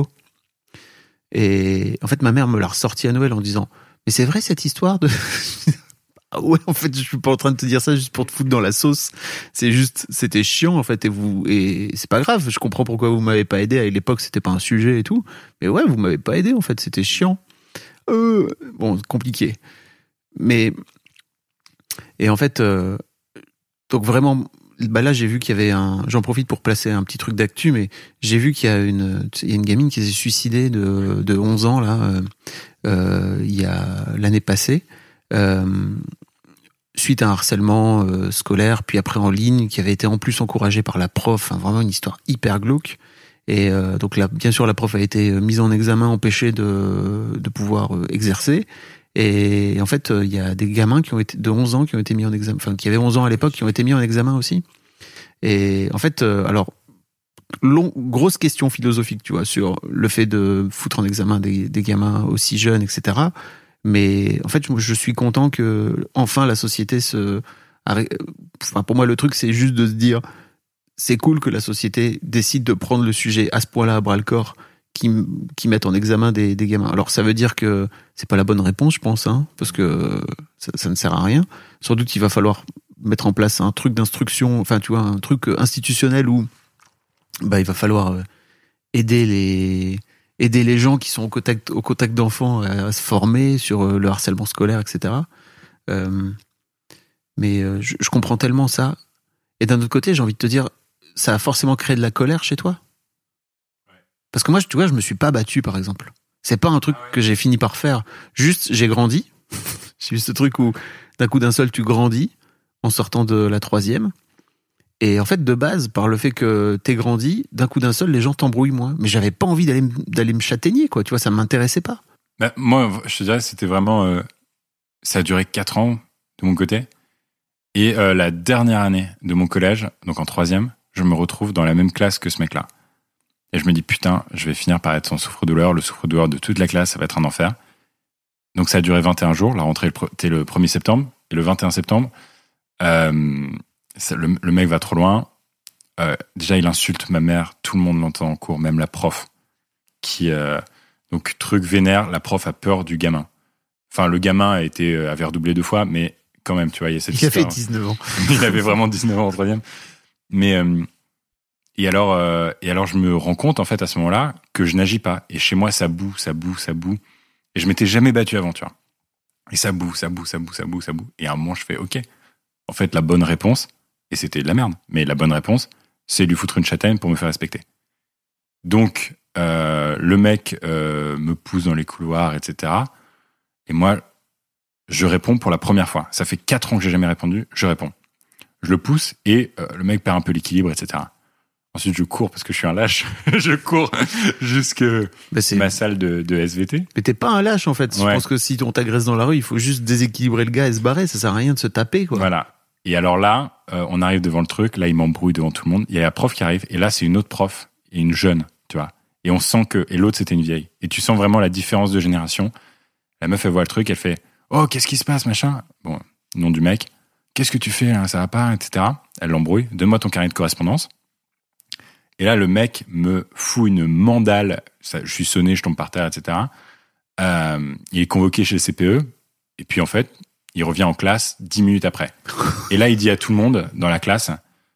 Et en fait, ma mère me l'a ressorti à Noël en disant, mais c'est vrai cette histoire de... Ah ouais, en fait, je suis pas en train de te dire ça juste pour te foutre dans la sauce. C'est juste, c'était chiant, en fait, et c'est pas grave. Je comprends pourquoi vous m'avez pas aidé. À l'époque, c'était pas un sujet et tout. Mais ouais, vous m'avez pas aidé, en fait. C'était chiant. Bon, compliqué. Mais, et en fait, donc vraiment, là, j'ai vu qu'il y avait j'en profite pour placer un petit truc d'actu, mais j'ai vu qu'il y a une gamine qui s'est suicidée de 11 ans, là, il y a l'année passée. Suite à un harcèlement scolaire, puis après en ligne, qui avait été en plus encouragé par la prof, hein, vraiment une histoire hyper glauque. Et donc là, bien sûr, la prof a été mise en examen, empêchée de pouvoir exercer. Et en fait, il y a des gamins qui ont été de 11 ans qui ont été mis en examen, enfin qui avaient 11 ans à l'époque, qui ont été mis en examen aussi. Et en fait, alors grosse question philosophique, tu vois, sur le fait de foutre en examen des gamins aussi jeunes, etc. Mais en fait, je suis content que enfin la société enfin, pour moi, le truc, c'est juste de se dire, c'est cool que la société décide de prendre le sujet à ce point-là à bras le corps, qui mettent en examen des gamins. Alors, ça veut dire que c'est pas la bonne réponse, je pense, hein, parce que ça ne sert à rien. Sans doute, il va falloir mettre en place un truc d'instruction, enfin, tu vois, un truc institutionnel où, il va falloir aider les gens qui sont au contact d'enfants à se former sur le harcèlement scolaire, etc. Mais je comprends tellement ça. Et d'un autre côté, j'ai envie de te dire, ça a forcément créé de la colère chez toi. Parce que moi, tu vois, je me suis pas battu, par exemple. C'est pas un truc que j'ai fini par faire. Juste, j'ai grandi. J'ai eu ce truc où, d'un coup d'un seul, tu grandis en sortant de la 3e. Et en fait, de base, par le fait que t'aies grandi, d'un coup d'un seul, les gens t'embrouillent moins. Mais j'avais pas envie d'aller me châtaigner, quoi. Tu vois, ça m'intéressait pas. Bah, moi, je te dirais, c'était vraiment... ça a duré 4 ans de mon côté. Et la dernière année de mon collège, donc en 3e, je me retrouve dans la même classe que ce mec-là. Et je me dis, putain, je vais finir par être son souffre-douleur, le souffre-douleur de toute la classe, ça va être un enfer. Donc ça a duré 21 jours, la rentrée était le 1er septembre, et le 21 septembre, le mec va trop loin. Déjà, il insulte ma mère, tout le monde l'entend en cours, même la prof. Donc, truc vénère, la prof a peur du gamin. Enfin, le gamin avait redoublé 2 fois, mais quand même, tu vois, il y a cette histoire. Il a fait 19 ans. Il avait vraiment 19 ans en 3e. Mais... Et alors, je me rends compte, en fait, à ce moment-là, que je n'agis pas. Et chez moi, ça boue. Et je m'étais jamais battu avant, tu vois. Et ça boue. Et à un moment, je fais, OK. En fait, la bonne réponse, et c'était de la merde, mais la bonne réponse, c'est lui foutre une châtaigne pour me faire respecter. Donc, le mec me pousse dans les couloirs, etc. Et moi, je réponds pour la première fois. Ça fait 4 ans que j'ai jamais répondu, je réponds. Je le pousse et le mec perd un peu l'équilibre, etc. Ensuite, je cours parce que je suis un lâche. Je cours jusque ma salle de SVT. Mais t'es pas un lâche, en fait. Ouais. Je pense que si on t'agresse dans la rue, il faut juste déséquilibrer le gars et se barrer. Ça sert à rien de se taper, quoi. Voilà. Et alors là, on arrive devant le truc. Là, il m'embrouille devant tout le monde. Il y a la prof qui arrive. Et là, c'est une autre prof et une jeune, tu vois. Et on sent que... Et l'autre, c'était une vieille. Et tu sens vraiment la différence de génération. La meuf, elle voit le truc. Elle fait « Oh, qu'est-ce qui se passe, machin ?» Bon, nom du mec. « Qu'est-ce que tu fais, là, ça va pas, etc. » Elle l'embrouille. « Donne-moi ton carnet de correspondance. » Et là, le mec me fout une mandale. Je suis sonné, je tombe par terre, etc. Il est convoqué chez le CPE. Et puis, en fait, il revient en classe 10 minutes après. Et là, il dit à tout le monde dans la classe,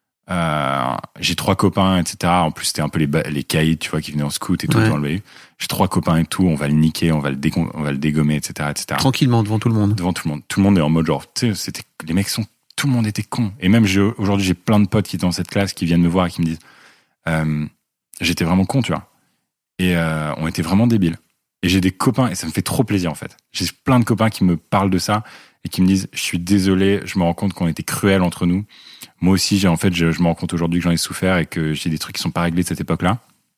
j'ai 3 copains, etc. En plus, c'était un peu les caïds, tu vois, qui venaient en scout et tout dans le BU. J'ai 3 copains et tout, on va le niquer, on va le dégommer, etc., etc. Tranquillement, devant tout le monde. Devant tout le monde. Tout le monde est en mode genre, tu sais, les mecs tout le monde était con. Et même aujourd'hui, j'ai plein de potes qui étaient dans cette classe qui viennent me voir et qui me disent, j'étais vraiment con, tu vois. Et on était vraiment débiles. Et j'ai des copains, et ça me fait trop plaisir, en fait. J'ai plein de copains qui me parlent de ça et qui me disent, je suis désolé, je me rends compte qu'on était cruels entre nous. Moi aussi, je me rends compte aujourd'hui que j'en ai souffert et que j'ai des trucs qui sont pas réglés de cette époque-là.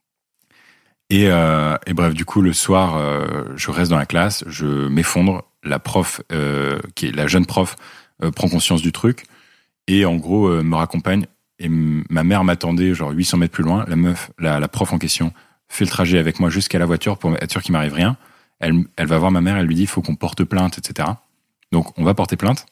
Et bref, du coup, le soir, je reste dans la classe, je m'effondre. La prof, qui est la jeune prof, prend conscience du truc et en gros me raccompagne. Et ma mère m'attendait genre 800 mètres plus loin. La meuf, la prof en question, fait le trajet avec moi jusqu'à la voiture pour être sûr qu'il m'arrive rien. Elle va voir ma mère, elle lui dit il faut qu'on porte plainte, etc. Donc on va porter plainte.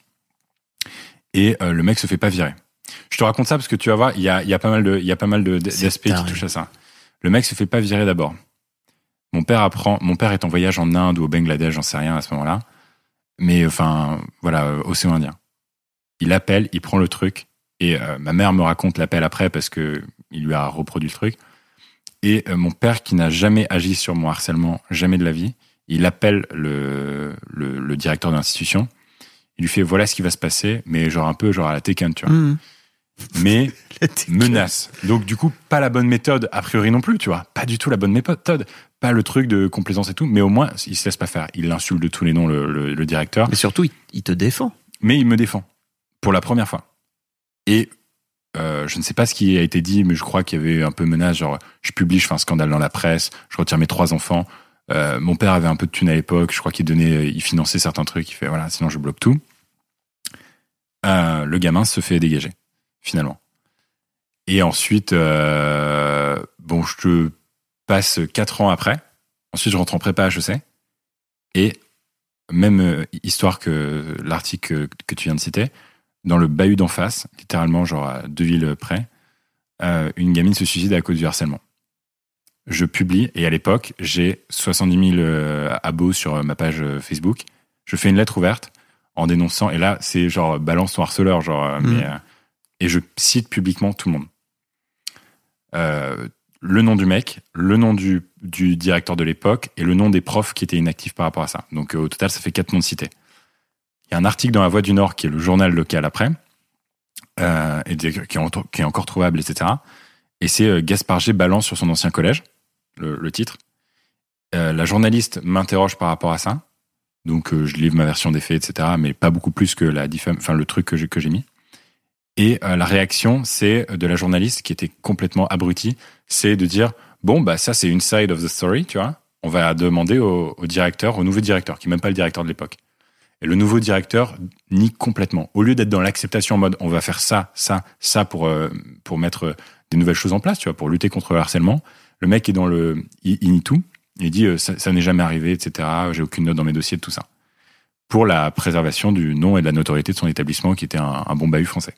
Et le mec se fait pas virer. Je te raconte ça parce que tu vas voir, il y a pas mal d'aspects qui touchent à ça. Le mec se fait pas virer d'abord. Mon père est en voyage en Inde ou au Bangladesh, j'en sais rien à ce moment-là. Mais enfin, voilà, océan Indien. Il appelle, il prend le truc. Et ma mère me raconte l'appel après parce que il lui a reproduit le truc. Et mon père, qui n'a jamais agi sur mon harcèlement, jamais de la vie, il appelle le directeur de l'institution. Il lui fait voilà ce qui va se passer, mais genre un peu genre à la Tekken, tu vois. Mmh. Mais menace. Donc du coup, pas la bonne méthode, a priori non plus, tu vois. Pas du tout la bonne méthode. Pas le truc de complaisance et tout, mais au moins, il se laisse pas faire. Il l'insulte de tous les noms, le directeur. Mais surtout, il te défend. Mais il me défend. Pour la première fois. Et je ne sais pas ce qui a été dit, mais je crois qu'il y avait un peu menace, genre je publie, je fais un scandale dans la presse, je retire mes 3 enfants. Mon père avait un peu de thunes à l'époque, je crois il finançait certains trucs, il fait voilà, sinon je bloque tout. Le gamin se fait dégager, finalement. Et ensuite, je te passe 4 ans après. Ensuite, je rentre en prépa HEC. Et même histoire que l'article que tu viens de citer, dans le bahut d'en face, littéralement, genre à 2 villes près, une gamine se suicide à cause du harcèlement. Je publie, et à l'époque, j'ai 70 000 abos sur ma page Facebook. Je fais une lettre ouverte en dénonçant, et là, c'est genre balance ton harceleur, genre, et je cite publiquement tout le monde. Le nom du mec, le nom du directeur de l'époque, et le nom des profs qui étaient inactifs par rapport à ça. Donc au total, ça fait 4 noms cités. Il y a un article dans La Voix du Nord, qui est le journal local après, et qui est encore trouvable, etc. Et c'est Gaspard G balance sur son ancien collège, le titre. La journaliste m'interroge par rapport à ça. Donc je livre ma version des faits, etc. Mais pas beaucoup plus que le truc que j'ai mis. Et la réaction, c'est de la journaliste qui était complètement abrutie, c'est de dire bon bah ça c'est une side of the story, tu vois. On va demander au directeur, au nouveau directeur, qui n'est même pas le directeur de l'époque. Et le nouveau directeur nie complètement. Au lieu d'être dans l'acceptation en mode on va faire ça pour mettre des nouvelles choses en place, tu vois, pour lutter contre le harcèlement, le mec est dans il nie tout. Il dit ça n'est jamais arrivé, etc. J'ai aucune note dans mes dossiers de tout ça. Pour la préservation du nom et de la notoriété de son établissement qui était un bon bahut français.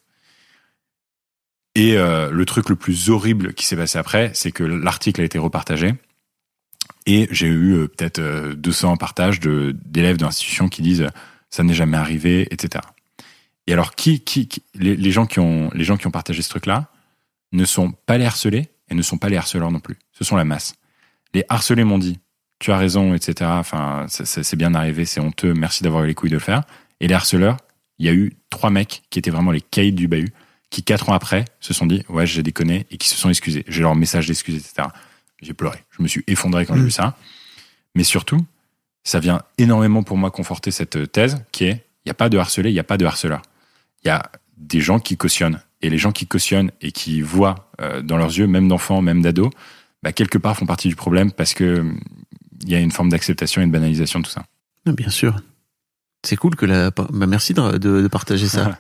Et le truc le plus horrible qui s'est passé après, c'est que l'article a été repartagé. Et j'ai eu peut-être 200 partages d'élèves de l'institution qui disent ça n'est jamais arrivé, etc. Et alors, les gens qui ont partagé ce truc-là ne sont pas les harcelés et ne sont pas les harceleurs non plus. Ce sont la masse. Les harcelés m'ont dit tu as raison, etc. Enfin, c'est bien arrivé, c'est honteux, merci d'avoir eu les couilles de le faire. Et les harceleurs, il y a eu 3 mecs qui étaient vraiment les caïds du bahut, qui 4 ans après se sont dit ouais j'ai déconné et qui se sont excusés. J'ai leur message d'excuses, etc. J'ai pleuré. Je me suis effondré quand j'ai vu ça. Mais surtout, ça vient énormément pour moi conforter cette thèse qui est il n'y a pas de harcelé, il n'y a pas de harceleur. Il y a des gens qui cautionnent. Et les gens qui cautionnent et qui voient dans leurs yeux, même d'enfants, même d'ados, bah, quelque part font partie du problème parce que il y a une forme d'acceptation et de banalisation de tout ça. Bien sûr. C'est cool que merci de partager ça.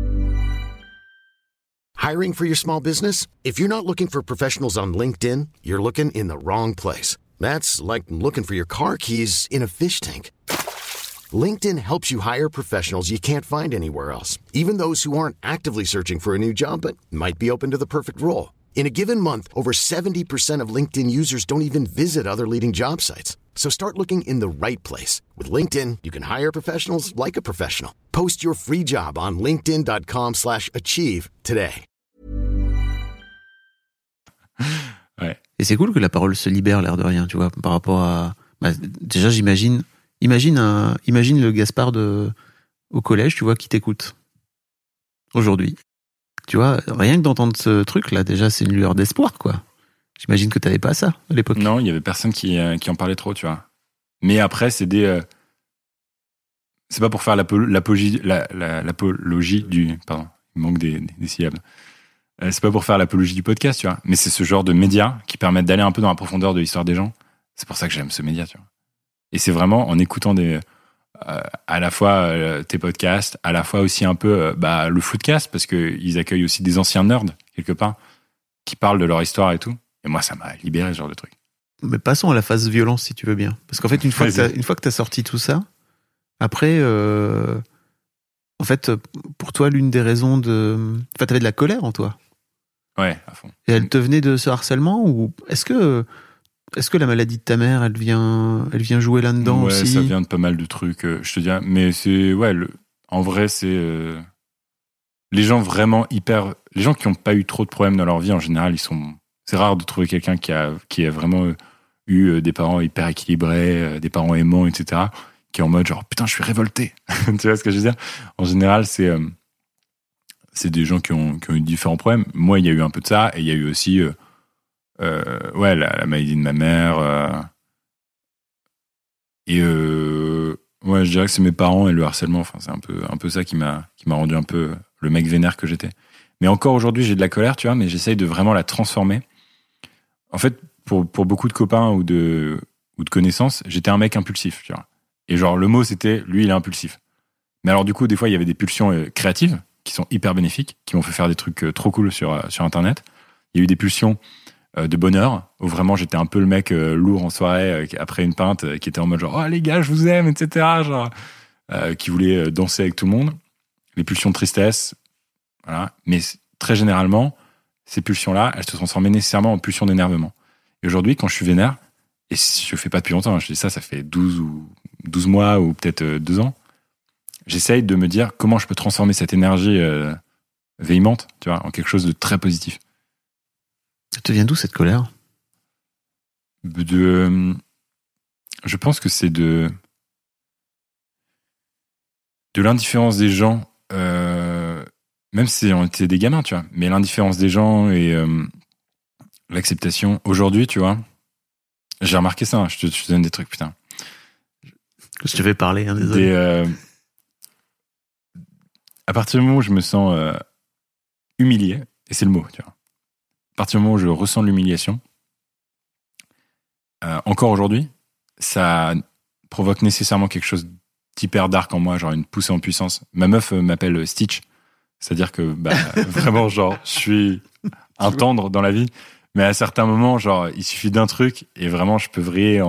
Hiring for your small business? If you're not looking for professionals on LinkedIn, you're looking in the wrong place. That's like looking for your car keys in a fish tank. LinkedIn helps you hire professionals you can't find anywhere else, even those who aren't actively searching for a new job but might be open to the perfect role. In a given month, over 70% of LinkedIn users don't even visit other leading job sites. So start looking in the right place. With LinkedIn, you can hire professionals like a professional. Post your free job on linkedin.com/achieve today. Ouais. Et c'est cool que la parole se libère, l'air de rien, tu vois, par rapport à... Bah, déjà, imagine le Gaspard au collège, tu vois, qui t'écoute aujourd'hui. Tu vois, rien que d'entendre ce truc-là, déjà, c'est une lueur d'espoir, quoi. J'imagine que t'avais pas ça à l'époque. Non, il y avait personne qui en parlait trop, tu vois. Mais après, c'est c'est pas pour faire l'apologie du... Pardon, il manque des syllabes. C'est pas pour faire l'apologie du podcast, tu vois. Mais c'est ce genre de médias qui permettent d'aller un peu dans la profondeur de l'histoire des gens. C'est pour ça que j'aime ce média, tu vois. Et c'est vraiment en écoutant à la fois tes podcasts, à la fois aussi un peu le Floodcast, parce qu'ils accueillent aussi des anciens nerds, quelque part, qui parlent de leur histoire et tout. Et moi, ça m'a libéré, ce genre de truc. Mais passons à la phase violence, si tu veux bien. Parce qu'en fait, une fois que t'as sorti tout ça, après, en fait, pour toi, l'une des raisons Enfin, t'avais de la colère en toi. Ouais, à fond. Et elle te venait de ce harcèlement, ou est-ce que la maladie de ta mère, elle vient jouer là-dedans aussi? Ouais, ça vient de pas mal de trucs, je te dis. Mais c'est, en vrai, c'est les gens vraiment les gens qui n'ont pas eu trop de problèmes dans leur vie, en général, c'est rare de trouver quelqu'un qui a vraiment eu des parents hyper équilibrés, des parents aimants, etc., qui est en mode genre, putain, je suis révolté. Tu vois ce que je veux dire? En général, c'est des gens qui ont eu différents problèmes. Moi, il y a eu un peu de ça, et il y a eu aussi, la maladie de ma mère, et je dirais que c'est mes parents et le harcèlement. Enfin, c'est un peu ça qui m'a rendu un peu le mec vénère que j'étais. Mais encore aujourd'hui, j'ai de la colère, tu vois, mais j'essaye de vraiment la transformer. En fait, pour beaucoup de copains ou de connaissances, j'étais un mec impulsif, tu vois. Et genre, le mot, c'était, lui, il est impulsif. Mais alors, du coup, des fois, il y avait des pulsions créatives qui sont hyper bénéfiques, qui m'ont fait faire des trucs trop cool sur Internet. Il y a eu des pulsions de bonheur, où vraiment, j'étais un peu le mec lourd en soirée, après une pinte, qui était en mode genre, oh les gars, je vous aime, etc. Genre, qui voulait danser avec tout le monde. Les pulsions de tristesse, voilà. Mais très généralement, ces pulsions-là, elles se transformaient nécessairement en pulsions d'énervement. Et aujourd'hui, quand je suis vénère, et je fais pas depuis longtemps, hein, je dis ça fait 12 mois ou peut-être 2 ans, j'essaye de me dire comment je peux transformer cette énergie véhémente, tu vois, en quelque chose de très positif. Ça te vient d'où cette colère? Je pense que c'est de l'indifférence des gens, même si on était des gamins, tu vois, mais l'indifférence des gens et l'acceptation. Aujourd'hui, tu vois, j'ai remarqué ça, hein, je te donne des trucs, putain. Je te fais parler, hein, désolé. À partir du moment où je me sens humilié, et c'est le mot, tu vois. À partir du moment où je ressens de l'humiliation, encore aujourd'hui, ça provoque nécessairement quelque chose d'hyper dark en moi, genre une poussée en puissance. Ma meuf m'appelle Stitch, c'est-à-dire que vraiment, genre, je suis un tendre dans la vie, mais à certains moments, genre, il suffit d'un truc et vraiment, je peux vriller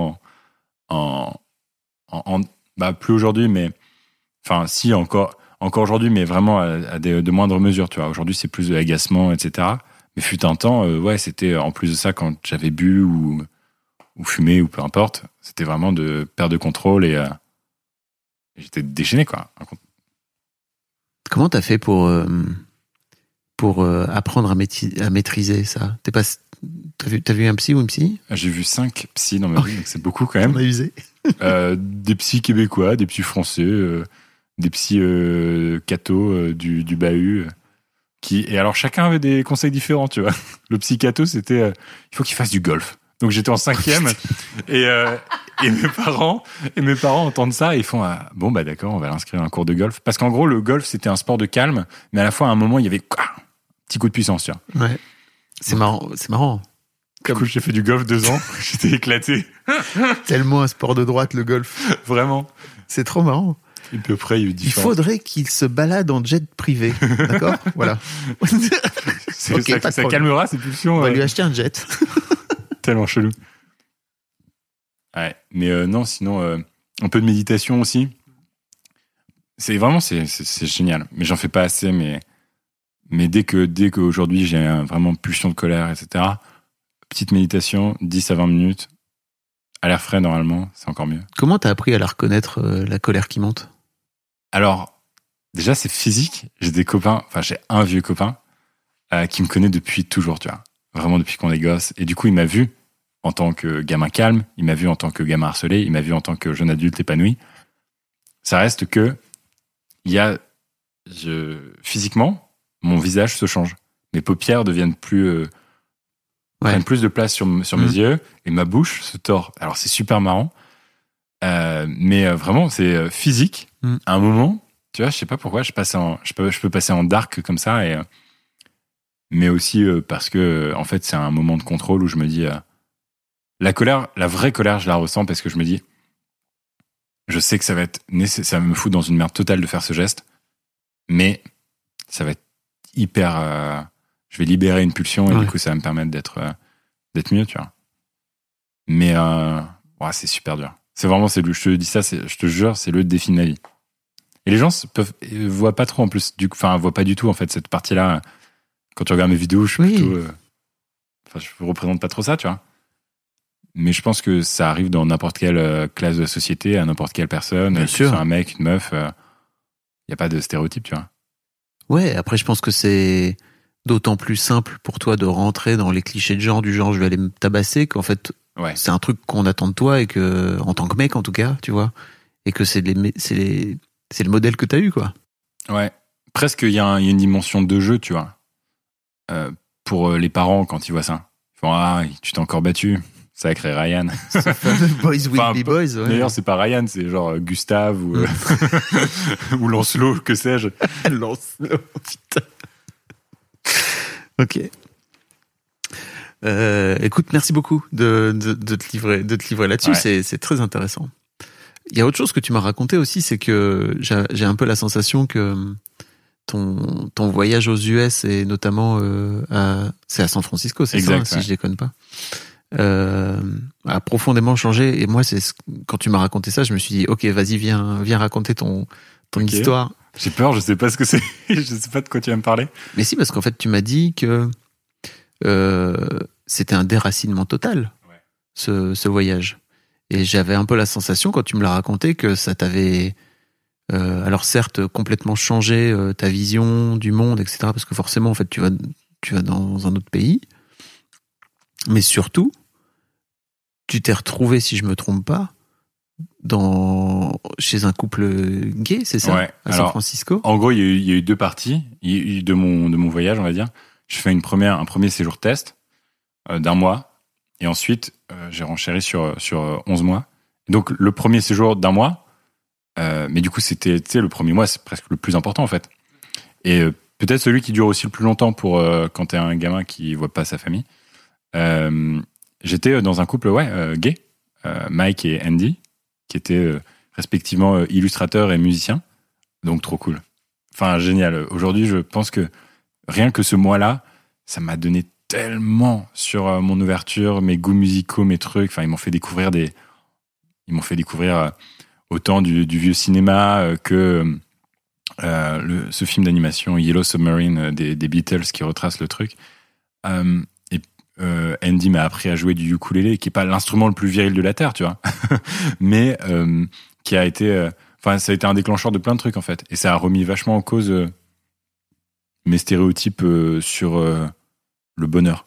plus aujourd'hui, mais enfin, si encore aujourd'hui, mais vraiment de moindres mesures, tu vois. Aujourd'hui, c'est plus de l'agacement, etc. Mais fut un temps, c'était en plus de ça, quand j'avais bu ou fumé ou peu importe, c'était vraiment de perte de contrôle et j'étais déchaîné, quoi. Comment t'as fait pour apprendre à maîtriser ça? T'as vu un psy ou une psy? J'ai vu 5 psys dans ma vie, donc c'est beaucoup quand même. On a usé. Des psys québécois, des psys français, des psys cathos du bahut. Et alors chacun avait des conseils différents, tu vois. Le psy catho, c'était il faut qu'il fasse du golf. Donc j'étais en 5e et mes parents entendent ça et ils font bon d'accord, on va l'inscrire à un cours de golf, parce qu'en gros le golf c'était un sport de calme, mais à la fois à un moment il y avait un petit coup de puissance, tu vois. Ouais. C'est marrant. Du coup j'ai fait du golf 2 ans, j'étais éclaté. Tellement un sport de droite le golf. Vraiment. C'est trop marrant. Et puis après il faudrait qu'il se balade en jet privé, d'accord? Voilà. Ça calmera ses pulsions. On va lui acheter un jet. Tellement chelou. Ouais, mais non, sinon, un peu de méditation aussi. C'est vraiment, c'est génial. Mais j'en fais pas assez, mais dès qu'aujourd'hui j'ai vraiment pulsion de colère, etc., petite méditation, 10 à 20 minutes, à l'air frais normalement, c'est encore mieux. Comment t'as appris à la reconnaître, la colère qui monte? Alors, déjà, c'est physique. J'ai un vieux copain qui me connaît depuis toujours, tu vois. Vraiment depuis qu'on est gosse. Et du coup, il m'a vu en tant que gamin calme, il m'a vu en tant que gamin harcelé, il m'a vu en tant que jeune adulte épanoui. Ça reste que physiquement, mon visage se change. Mes paupières deviennent prennent plus de place sur mes yeux et ma bouche se tord. Alors, c'est super marrant. Mais vraiment, c'est physique. À un moment, tu vois, je sais pas pourquoi, je peux passer en dark comme ça, mais aussi parce que en fait, c'est un moment de contrôle où je me dis la vraie colère, je la ressens parce que je me dis, je sais que ça va me fout dans une merde totale de faire ce geste, mais ça va être hyper. Je vais libérer une pulsion et du coup, ça va me permettre d'être mieux, tu vois. Mais c'est super dur. C'est vraiment, je te dis ça, je te jure, c'est le défi de ma vie. Et les gens voient pas trop en plus, voient pas du tout en fait cette partie-là. Quand tu regardes mes vidéos, je suis plutôt, je représente pas trop ça, tu vois. Mais je pense que ça arrive dans n'importe quelle classe de société, à n'importe quelle personne, que ce soit un mec, une meuf, y a pas de stéréotype, tu vois. Ouais, après je pense que c'est d'autant plus simple pour toi de rentrer dans les clichés de genre, du genre je vais aller me tabasser, qu'en fait c'est un truc qu'on attend de toi et que, en tant que mec en tout cas, tu vois, et que c'est le modèle que t'as eu, quoi. Ouais, presque il y a une dimension de jeu, tu vois. Pour les parents, quand ils voient ça, ils font tu t'es encore battu, sacré Ryan. Boys will be boys. Ouais. D'ailleurs, c'est pas Ryan, c'est genre Gustave ou ou Lancelot, que sais-je. Lancelot, putain. Ok. Écoute, merci beaucoup de te livrer là-dessus. Ouais. C'est très intéressant. Il y a autre chose que tu m'as raconté aussi, c'est que j'ai un peu la sensation que ton voyage aux US et notamment c'est à San Francisco, c'est ça, si je déconne pas, a profondément changé. Et moi, quand tu m'as raconté ça, je me suis dit, ok, vas-y, viens raconter ton histoire. J'ai peur, je sais pas ce que c'est, je sais pas de quoi tu vas me parler. Mais si, parce qu'en fait, tu m'as dit que c'était un déracinement total, ce voyage. Et j'avais un peu la sensation, quand tu me l'as raconté, que ça t'avait, alors certes, complètement changé ta vision du monde, etc. Parce que forcément, en fait, tu vas dans un autre pays. Mais surtout, tu t'es retrouvé, si je me trompe pas, chez un couple gay, c'est ça, à San Francisco. En gros, il y a eu 2 parties de mon voyage, on va dire. Je fais un premier séjour test d'1 mois. Et ensuite, j'ai renchéri sur 11 mois. Donc, le premier séjour d'1 mois, mais du coup, c'était, tu sais, le premier mois, c'est presque le plus important, en fait. Et peut-être celui qui dure aussi le plus longtemps pour quand t'es un gamin qui voit pas sa famille. J'étais dans un couple gay, Mike et Andy, qui étaient respectivement illustrateurs et musiciens. Donc trop cool. Enfin, génial. Aujourd'hui, je pense que rien que ce mois-là, ça m'a donné tellement sur mon ouverture, mes goûts musicaux, mes trucs. Enfin, ils m'ont fait découvrir autant du vieux cinéma que ce film d'animation Yellow Submarine des Beatles qui retrace le truc. Andy m'a appris à jouer du ukulélé, qui est pas l'instrument le plus viril de la terre, tu vois, mais qui a été, ça a été un déclencheur de plein de trucs en fait, et ça a remis vachement en cause mes stéréotypes sur le bonheur.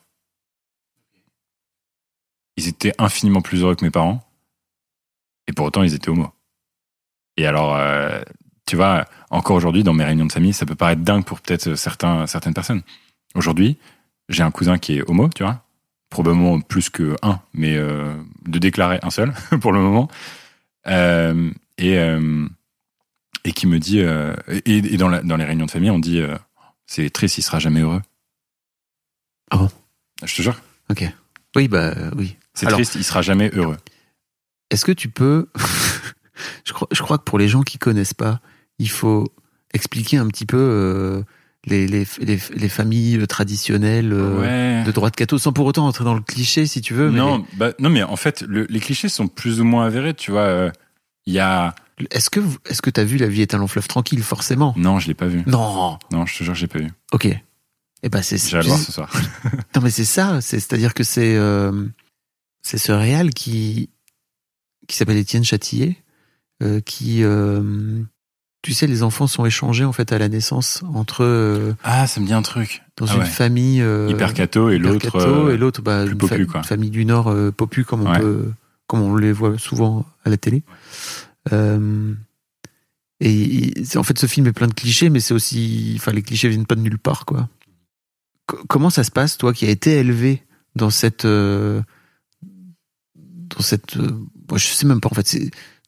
Ils étaient infiniment plus heureux que mes parents, et pour autant ils étaient homo. Et alors, tu vois, encore aujourd'hui dans mes réunions de famille, ça peut paraître dingue pour peut-être certaines personnes. Aujourd'hui, j'ai un cousin qui est homo, tu vois, probablement plus que un, mais de déclarer un seul pour le moment, et qui me dit, et dans les réunions de famille, on dit, c'est triste, il sera jamais heureux. Ah bon? Je te jure. Ok. Oui, bah oui. C'est triste, il sera jamais heureux. Est-ce que tu peux, je crois que pour les gens qui connaissent pas, il faut expliquer un petit peu les familles traditionnelles de droite catho, sans pour autant entrer dans le cliché, si tu veux. Non, mais en fait, les clichés sont plus ou moins avérés, tu vois. Il y a... Est-ce que t'as vu La vie est un long fleuve tranquille, forcément? Non, je l'ai pas vu. Non, je te jure, j'ai pas vu. Ok. Eh ben j'ai à le voir ce soir. Non, mais c'est ça. C'est-à-dire que c'est ce réal qui s'appelle Étienne Châtillier, qui tu sais, les enfants sont échangés en fait à la naissance entre ça me dit un truc dans une famille hyper catho et l'autre plus popu, quoi. Une famille du Nord popu comme on les voit souvent à la télé. Et en fait, ce film est plein de clichés, mais c'est aussi, les clichés viennent pas de nulle part, quoi. Comment ça se passe, toi, qui as été élevé dans cette, je sais même pas, en fait, c'est,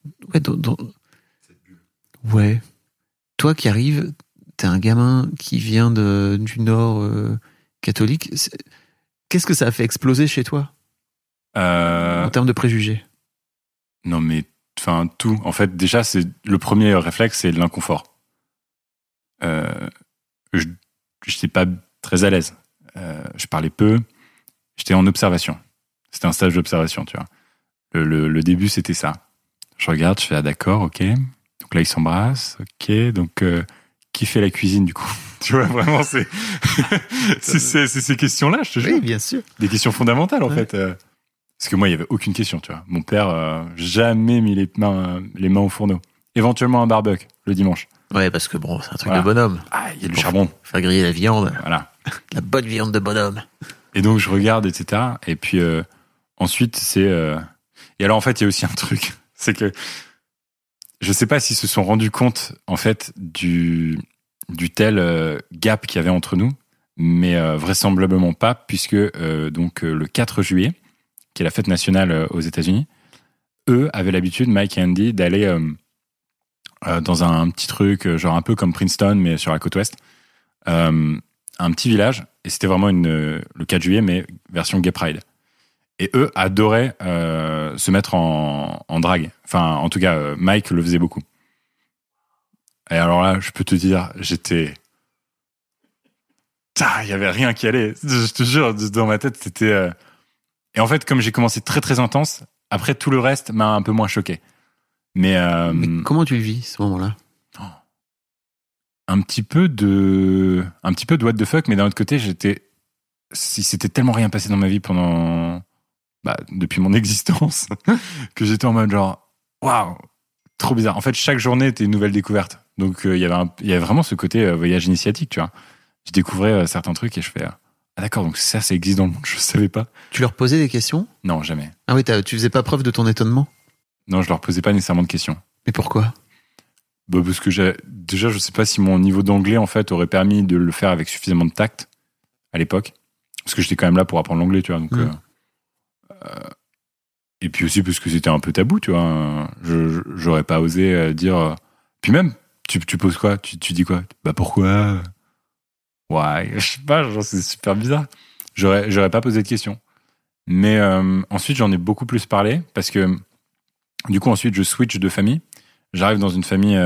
ouais. Toi qui arrives, t'es un gamin qui vient du Nord catholique. Qu'est-ce que ça a fait exploser chez toi en termes de préjugés? Non, mais tout. En fait, déjà, c'est le premier réflexe, c'est l'inconfort. Je n'étais pas très à l'aise. Je parlais peu. J'étais en observation. C'était un stage d'observation, tu vois. Le début, c'était ça. Je regarde, je fais d'accord, ok. Donc là, ils s'embrassent, ok. Donc, qui fait la cuisine, du coup? Tu vois, vraiment, c'est ces questions-là, je te jure. Oui, bien sûr. Des questions fondamentales, en fait. Parce que moi, il n'y avait aucune question, tu vois. Mon père, jamais mis les mains au fourneau. Éventuellement un barbecue, le dimanche. Ouais, parce que bon, c'est un truc de bonhomme. Il y a du charbon. Faire griller la viande. Voilà. La bonne viande de bonhomme. Et donc, je regarde, etc. Et puis, ensuite, c'est... Et alors, en fait, il y a aussi un truc. C'est que je sais pas s'ils se sont rendus compte, en fait, du tel gap qu'il y avait entre nous, mais vraisemblablement pas, puisque donc le 4 juillet, qui est la fête nationale aux États-Unis, eux avaient l'habitude, Mike et Andy, d'aller dans un petit truc, genre un peu comme Princeton, mais sur la côte ouest, un petit village, et c'était vraiment le 4 juillet, mais version Gay Pride. Et eux adoraient se mettre en drague. Enfin, en tout cas, Mike le faisait beaucoup. Et alors là, je peux te dire, j'étais... Il y avait rien qui allait. Je te jure, dans ma tête, c'était... Et en fait, comme j'ai commencé très très intense, après tout le reste m'a un peu moins choqué. Mais comment tu le vis, ce moment-là? Un petit peu de what the fuck, mais d'un autre côté, s'était tellement rien passé dans ma vie depuis mon existence, que j'étais en mode genre, waouh, trop bizarre. En fait, chaque journée était une nouvelle découverte. Donc, il y avait vraiment ce côté voyage initiatique, tu vois. Je découvrais certains trucs et je fais, d'accord, donc ça existe dans le monde, je savais pas. Tu leur posais des questions? Non, jamais. Ah oui, tu faisais pas preuve de ton étonnement? Non, je leur posais pas nécessairement de questions. Mais pourquoi? Parce que déjà, je sais pas si mon niveau d'anglais, en fait, aurait permis de le faire avec suffisamment de tact à l'époque. Parce que j'étais quand même là pour apprendre l'anglais, tu vois. Donc, et puis aussi parce que c'était un peu tabou, tu vois. J'aurais pas osé dire... Puis même, tu poses quoi? Tu dis quoi? Pourquoi? Ouais, je sais pas, genre, c'est super bizarre. J'aurais pas posé de questions. Mais ensuite, j'en ai beaucoup plus parlé parce que du coup, ensuite, je switch de famille. J'arrive dans une famille,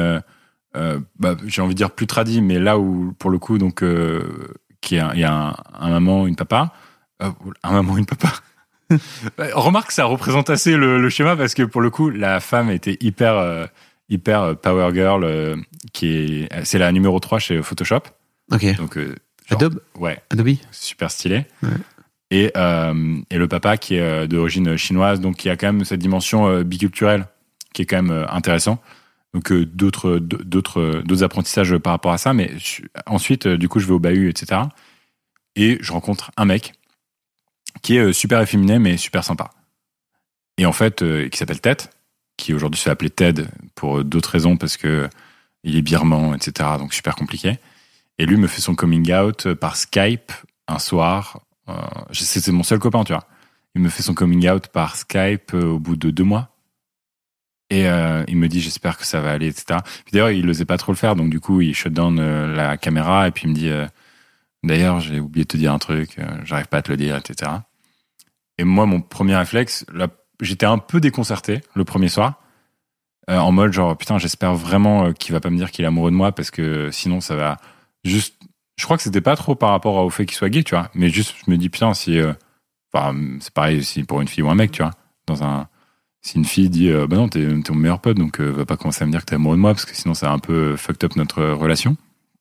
j'ai envie de dire plus tradie, mais là où, pour le coup, donc, il y a un maman, une papa. Un maman, une papa. Remarque, ça représente assez le schéma parce que pour le coup, la femme était hyper power girl, c'est la numéro 3 chez Photoshop. Ok. Donc, Adobe. Ouais. Adobe. Super stylé. Ouais. Et le papa qui est d'origine chinoise, donc qui a quand même cette dimension biculturelle qui est quand même intéressant. Donc d'autres apprentissages par rapport à ça. Mais ensuite, du coup, je vais au bahut, etc. Et je rencontre un mec qui est super efféminé, mais super sympa. Et en fait, qui s'appelle Ted, qui aujourd'hui se fait appeler Ted pour d'autres raisons, parce que il est birman, etc. Donc super compliqué. Et lui me fait son coming out par Skype un soir. C'est mon seul copain, tu vois. Il me fait son coming out par Skype au bout de 2 mois. Et il me dit, j'espère que ça va aller, etc. Puis d'ailleurs, il n'osait pas trop le faire, donc du coup, il shut down la caméra, et puis il me dit, d'ailleurs, j'ai oublié de te dire un truc, j'arrive pas à te le dire, etc. Et moi, mon premier réflexe, là, j'étais un peu déconcerté le premier soir, en mode genre, putain, j'espère vraiment qu'il va pas me dire qu'il est amoureux de moi, parce que sinon, ça va juste... Je crois que c'était pas trop par rapport au fait qu'il soit gay, tu vois, mais juste, je me dis, putain, si... c'est pareil si pour une fille ou un mec, tu vois, si une fille dit bah non, t'es mon meilleur pote, donc va pas commencer à me dire que t'es amoureux de moi, parce que sinon ça a un peu fucked up notre relation.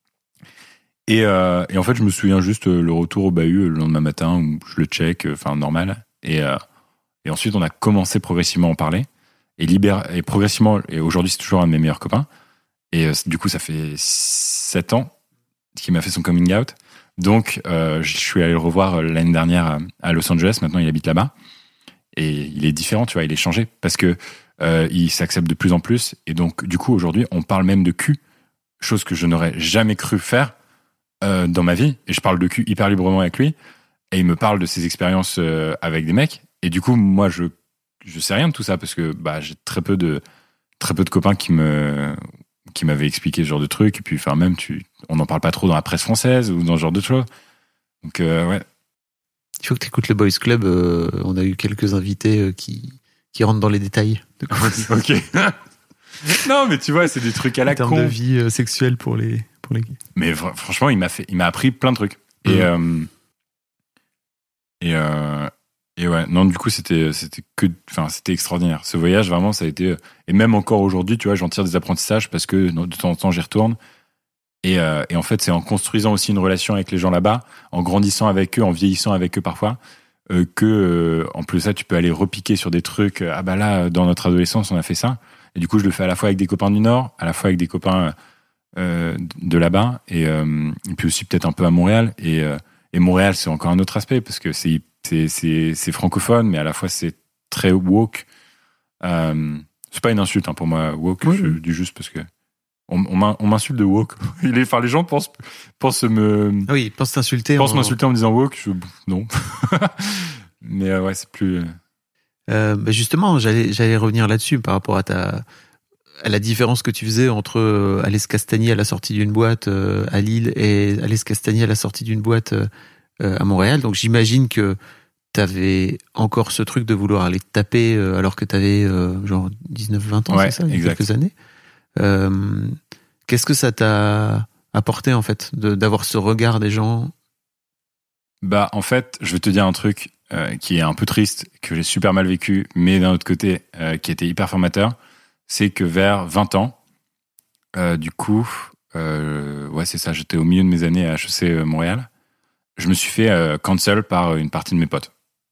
Et en fait, je me souviens juste le retour au bahut le lendemain matin où je le check, normal. Et ensuite, on a commencé progressivement à en parler. Et progressivement, et aujourd'hui, c'est toujours un de mes meilleurs copains. Et du coup, ça fait 7 ans qu'il m'a fait son coming out. Donc, je suis allé le revoir l'année dernière à Los Angeles. Maintenant, il habite là-bas. Et il est différent, tu vois, il est changé parce que il s'accepte de plus en plus. Et donc, du coup, aujourd'hui, on parle même de cul, chose que je n'aurais jamais cru faire dans ma vie. Et je parle de cul hyper librement avec lui. Et il me parle de ses expériences avec des mecs. Et du coup, moi, je sais rien de tout ça parce que j'ai très peu de copains qui m'avaient expliqué ce genre de trucs. Et puis, même, on n'en parle pas trop dans la presse française ou dans ce genre de choses. Donc, ouais. Il faut que tu écoutes le Boys Club. On a eu quelques invités qui rentrent dans les détails. Ok. Non, mais tu vois, c'est des trucs à la con. En termes de vie sexuelle pour les gays. Mais franchement, il m'a appris plein de trucs. Et ouais, non, du coup, c'était extraordinaire. Ce voyage, vraiment, ça a été. Et même encore aujourd'hui, tu vois, j'en tire des apprentissages parce que de temps en temps, j'y retourne. Et en fait, c'est en construisant aussi une relation avec les gens là-bas, en grandissant avec eux, en vieillissant avec eux parfois, en plus de ça, tu peux aller repiquer sur des trucs. Ah bah là, dans notre adolescence, on a fait ça. Et du coup, je le fais à la fois avec des copains du Nord, à la fois avec des copains de là-bas, et puis aussi peut-être un peu à Montréal. Et Montréal, c'est encore un autre aspect parce que c'est francophone, mais à la fois c'est très woke. C'est pas une insulte pour moi, woke. Oui. Je dis juste parce que on m'insulte de woke. Les gens pensent me. Oui, ils pensent t'insulter. M'insulter en me disant woke. Non. Mais ouais, c'est plus. Justement, j'allais revenir là-dessus par rapport à la différence que tu faisais entre Alès Castagnier à la sortie d'une boîte à Lille et Alès Castagnier à la sortie d'une boîte à Montréal. Donc j'imagine que t'avais encore ce truc de vouloir aller te taper alors que t'avais genre 19-20 ans, ouais, c'est ça, il y a quelques années. Qu'est-ce que ça t'a apporté en fait d'avoir ce regard des gens? En fait, je vais te dire un truc qui est un peu triste, que j'ai super mal vécu, mais d'un autre côté qui était hyper formateur, c'est que vers 20 ans, du coup, ouais c'est ça, j'étais au milieu de mes années à HEC Montréal, je me suis fait cancel par une partie de mes potes,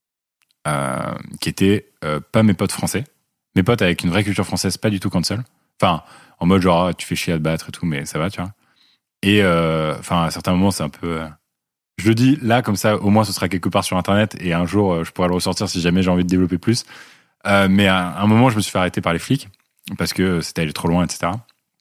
qui étaient pas mes potes français, mes potes avec une vraie culture française, pas du tout cancel. Enfin, en mode genre, tu fais chier à te battre et tout, mais ça va, tu vois. Et à certains moments, c'est un peu... Je le dis là, comme ça, au moins, ce sera quelque part sur Internet, et un jour, je pourrai le ressortir si jamais j'ai envie de développer plus. Mais à un moment, je me suis fait arrêter par les flics, parce que c'était allé trop loin, etc.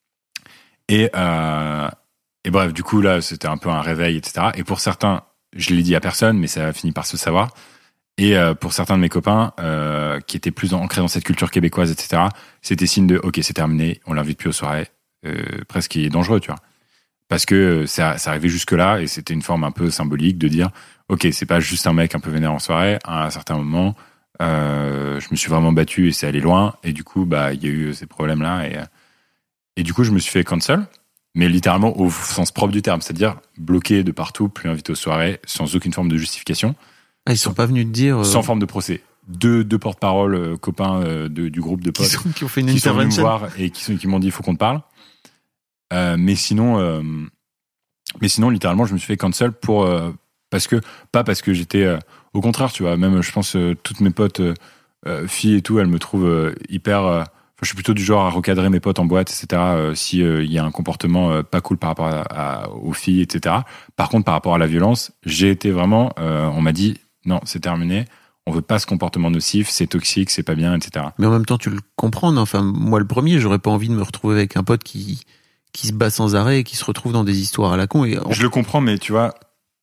Et bref, du coup, là, c'était un peu un réveil, etc. Et pour certains, je l'ai dit à personne, mais ça a fini par se savoir. Et pour certains de mes copains qui étaient plus ancrés dans cette culture québécoise, etc., c'était signe de « Ok, c'est terminé, on l'invite plus aux soirées. » Presque il est dangereux, tu vois. Parce que ça arrivait jusque-là et c'était une forme un peu symbolique de dire ok, c'est pas juste un mec un peu vénère en soirée. À un certain moment, je me suis vraiment battu et c'est allé loin. Et du coup, il y a eu ces problèmes-là. Et du coup, je me suis fait cancel, mais littéralement au sens propre du terme, c'est-à-dire bloqué de partout, plus invité aux soirées, sans aucune forme de justification. Ah, ils sont pas venus te dire... Sans forme de procès. Deux porte-parole copains du groupe de potes qui ont fait une qui sont venus me intervention. voir et qui m'ont dit il faut qu'on te parle. Mais sinon, littéralement, je me suis fait cancel parce que j'étais au contraire, tu vois. Même, je pense, toutes mes potes filles et tout, elles me trouvent hyper. Je suis plutôt du genre à recadrer mes potes en boîte, etc. Si il y a un comportement pas cool par rapport aux filles, etc. Par contre, par rapport à la violence, j'ai été vraiment. On m'a dit non, c'est terminé. On veut pas ce comportement nocif, c'est toxique, c'est pas bien, etc. Mais en même temps, tu le comprends. Non, enfin, moi, le premier, j'aurais pas envie de me retrouver avec un pote qui se bat sans arrêt et qui se retrouve dans des histoires à la con. Je le comprends, mais tu vois,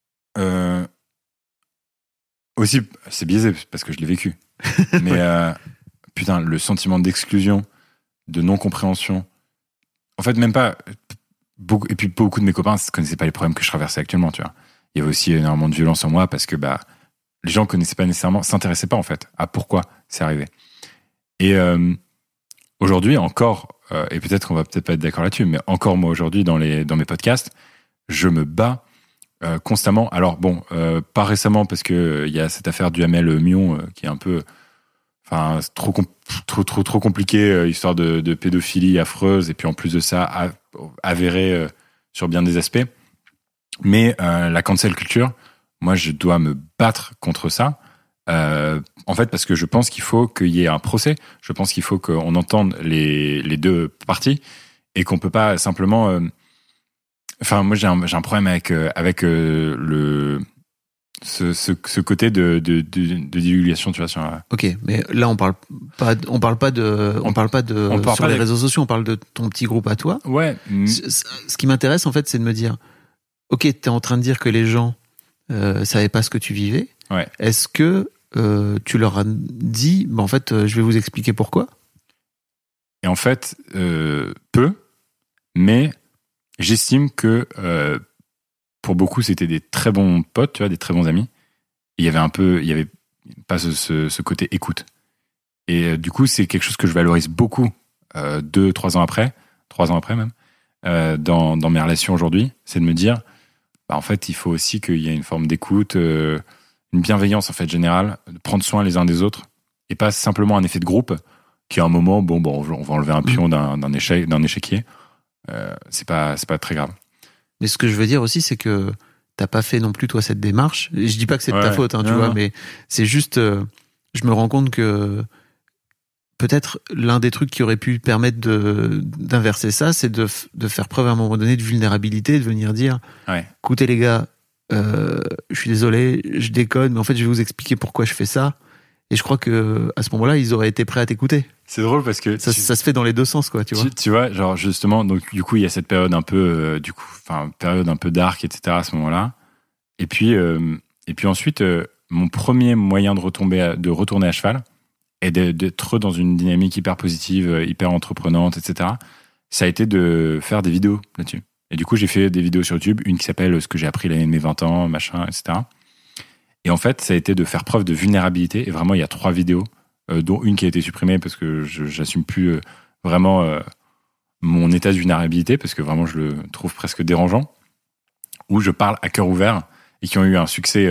aussi, c'est biaisé parce que je l'ai vécu. Mais putain, le sentiment d'exclusion, de non-compréhension. En fait, même pas. Et puis beaucoup de mes copains ne connaissaient pas les problèmes que je traversais actuellement, tu vois. Il y avait aussi énormément de violence en moi parce que les gens connaissaient pas nécessairement, s'intéressaient pas en fait à pourquoi c'est arrivé. Et aujourd'hui encore, et peut-être qu'on va peut-être pas être d'accord là-dessus, mais encore moi aujourd'hui dans mes podcasts, je me bats constamment. Alors bon, pas récemment parce que il y a cette affaire du Hamel Mion qui est un peu, enfin trop compliqué, histoire de pédophilie affreuse et puis en plus de ça avérée sur bien des aspects. Mais la cancel culture, moi je dois me battre contre ça. En fait, parce que je pense qu'il faut qu'il y ait un procès. Je pense qu'il faut qu'on entende les deux parties et qu'on peut pas simplement. Enfin, moi j'ai un problème avec ce côté de divulgation, tu vois. Ok, mais là on parle pas sur les réseaux sociaux, on parle de ton petit groupe à toi. Ouais. Ce qui m'intéresse en fait, c'est de me dire, ok, t'es en train de dire que les gens savaient pas ce que tu vivais. Ouais. Est-ce que tu leur as dit, en fait, je vais vous expliquer pourquoi? Et en fait, peu, mais j'estime que pour beaucoup, c'était des très bons potes, tu vois, des très bons amis. Il y avait pas ce côté écoute. Et du coup, c'est quelque chose que je valorise beaucoup 3 ans après même, dans mes relations aujourd'hui, c'est de me dire, en fait, il faut aussi qu'il y ait une forme d'écoute, une bienveillance en fait générale, de prendre soin les uns des autres, et pas simplement un effet de groupe qui à un moment, on va enlever un pion d'un échiquier, c'est pas très grave. Mais ce que je veux dire aussi, c'est que t'as pas fait non plus toi cette démarche. Je dis pas que c'est de ta faute, tu vois, mais c'est juste, je me rends compte que peut-être l'un des trucs qui aurait pu permettre d'inverser ça, c'est de faire preuve à un moment donné de vulnérabilité, de venir dire, écoutez les gars, je suis désolé, je déconne, mais en fait je vais vous expliquer pourquoi je fais ça. Et je crois que à ce moment-là, ils auraient été prêts à t'écouter. C'est drôle parce que ça se fait dans les deux sens, quoi, tu vois. Tu vois, genre justement, donc du coup il y a cette période un peu, période un peu dark, etc. à ce moment-là. Et puis ensuite, mon premier moyen de retourner à cheval et d'être dans une dynamique hyper positive, hyper entreprenante, etc. Ça a été de faire des vidéos là-dessus. Et du coup, j'ai fait des vidéos sur YouTube, une qui s'appelle « Ce que j'ai appris l'année de mes 20 ans », machin, etc. Et en fait, ça a été de faire preuve de vulnérabilité. Et vraiment, il y a 3 vidéos, dont une qui a été supprimée parce que j'assume plus vraiment mon état de vulnérabilité, parce que vraiment, je le trouve presque dérangeant, où je parle à cœur ouvert et qui ont eu un succès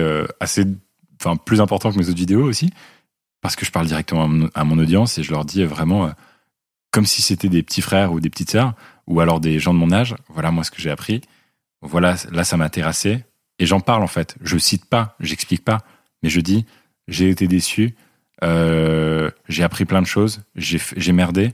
plus important que mes autres vidéos aussi, parce que je parle directement à mon audience et je leur dis vraiment comme si c'était des petits frères ou des petites sœurs, ou alors des gens de mon âge. Voilà, moi, ce que j'ai appris. Voilà, là, ça m'a terrassé. Et j'en parle, en fait. Je cite pas, j'explique pas, mais je dis, j'ai été déçu, j'ai appris plein de choses, j'ai merdé.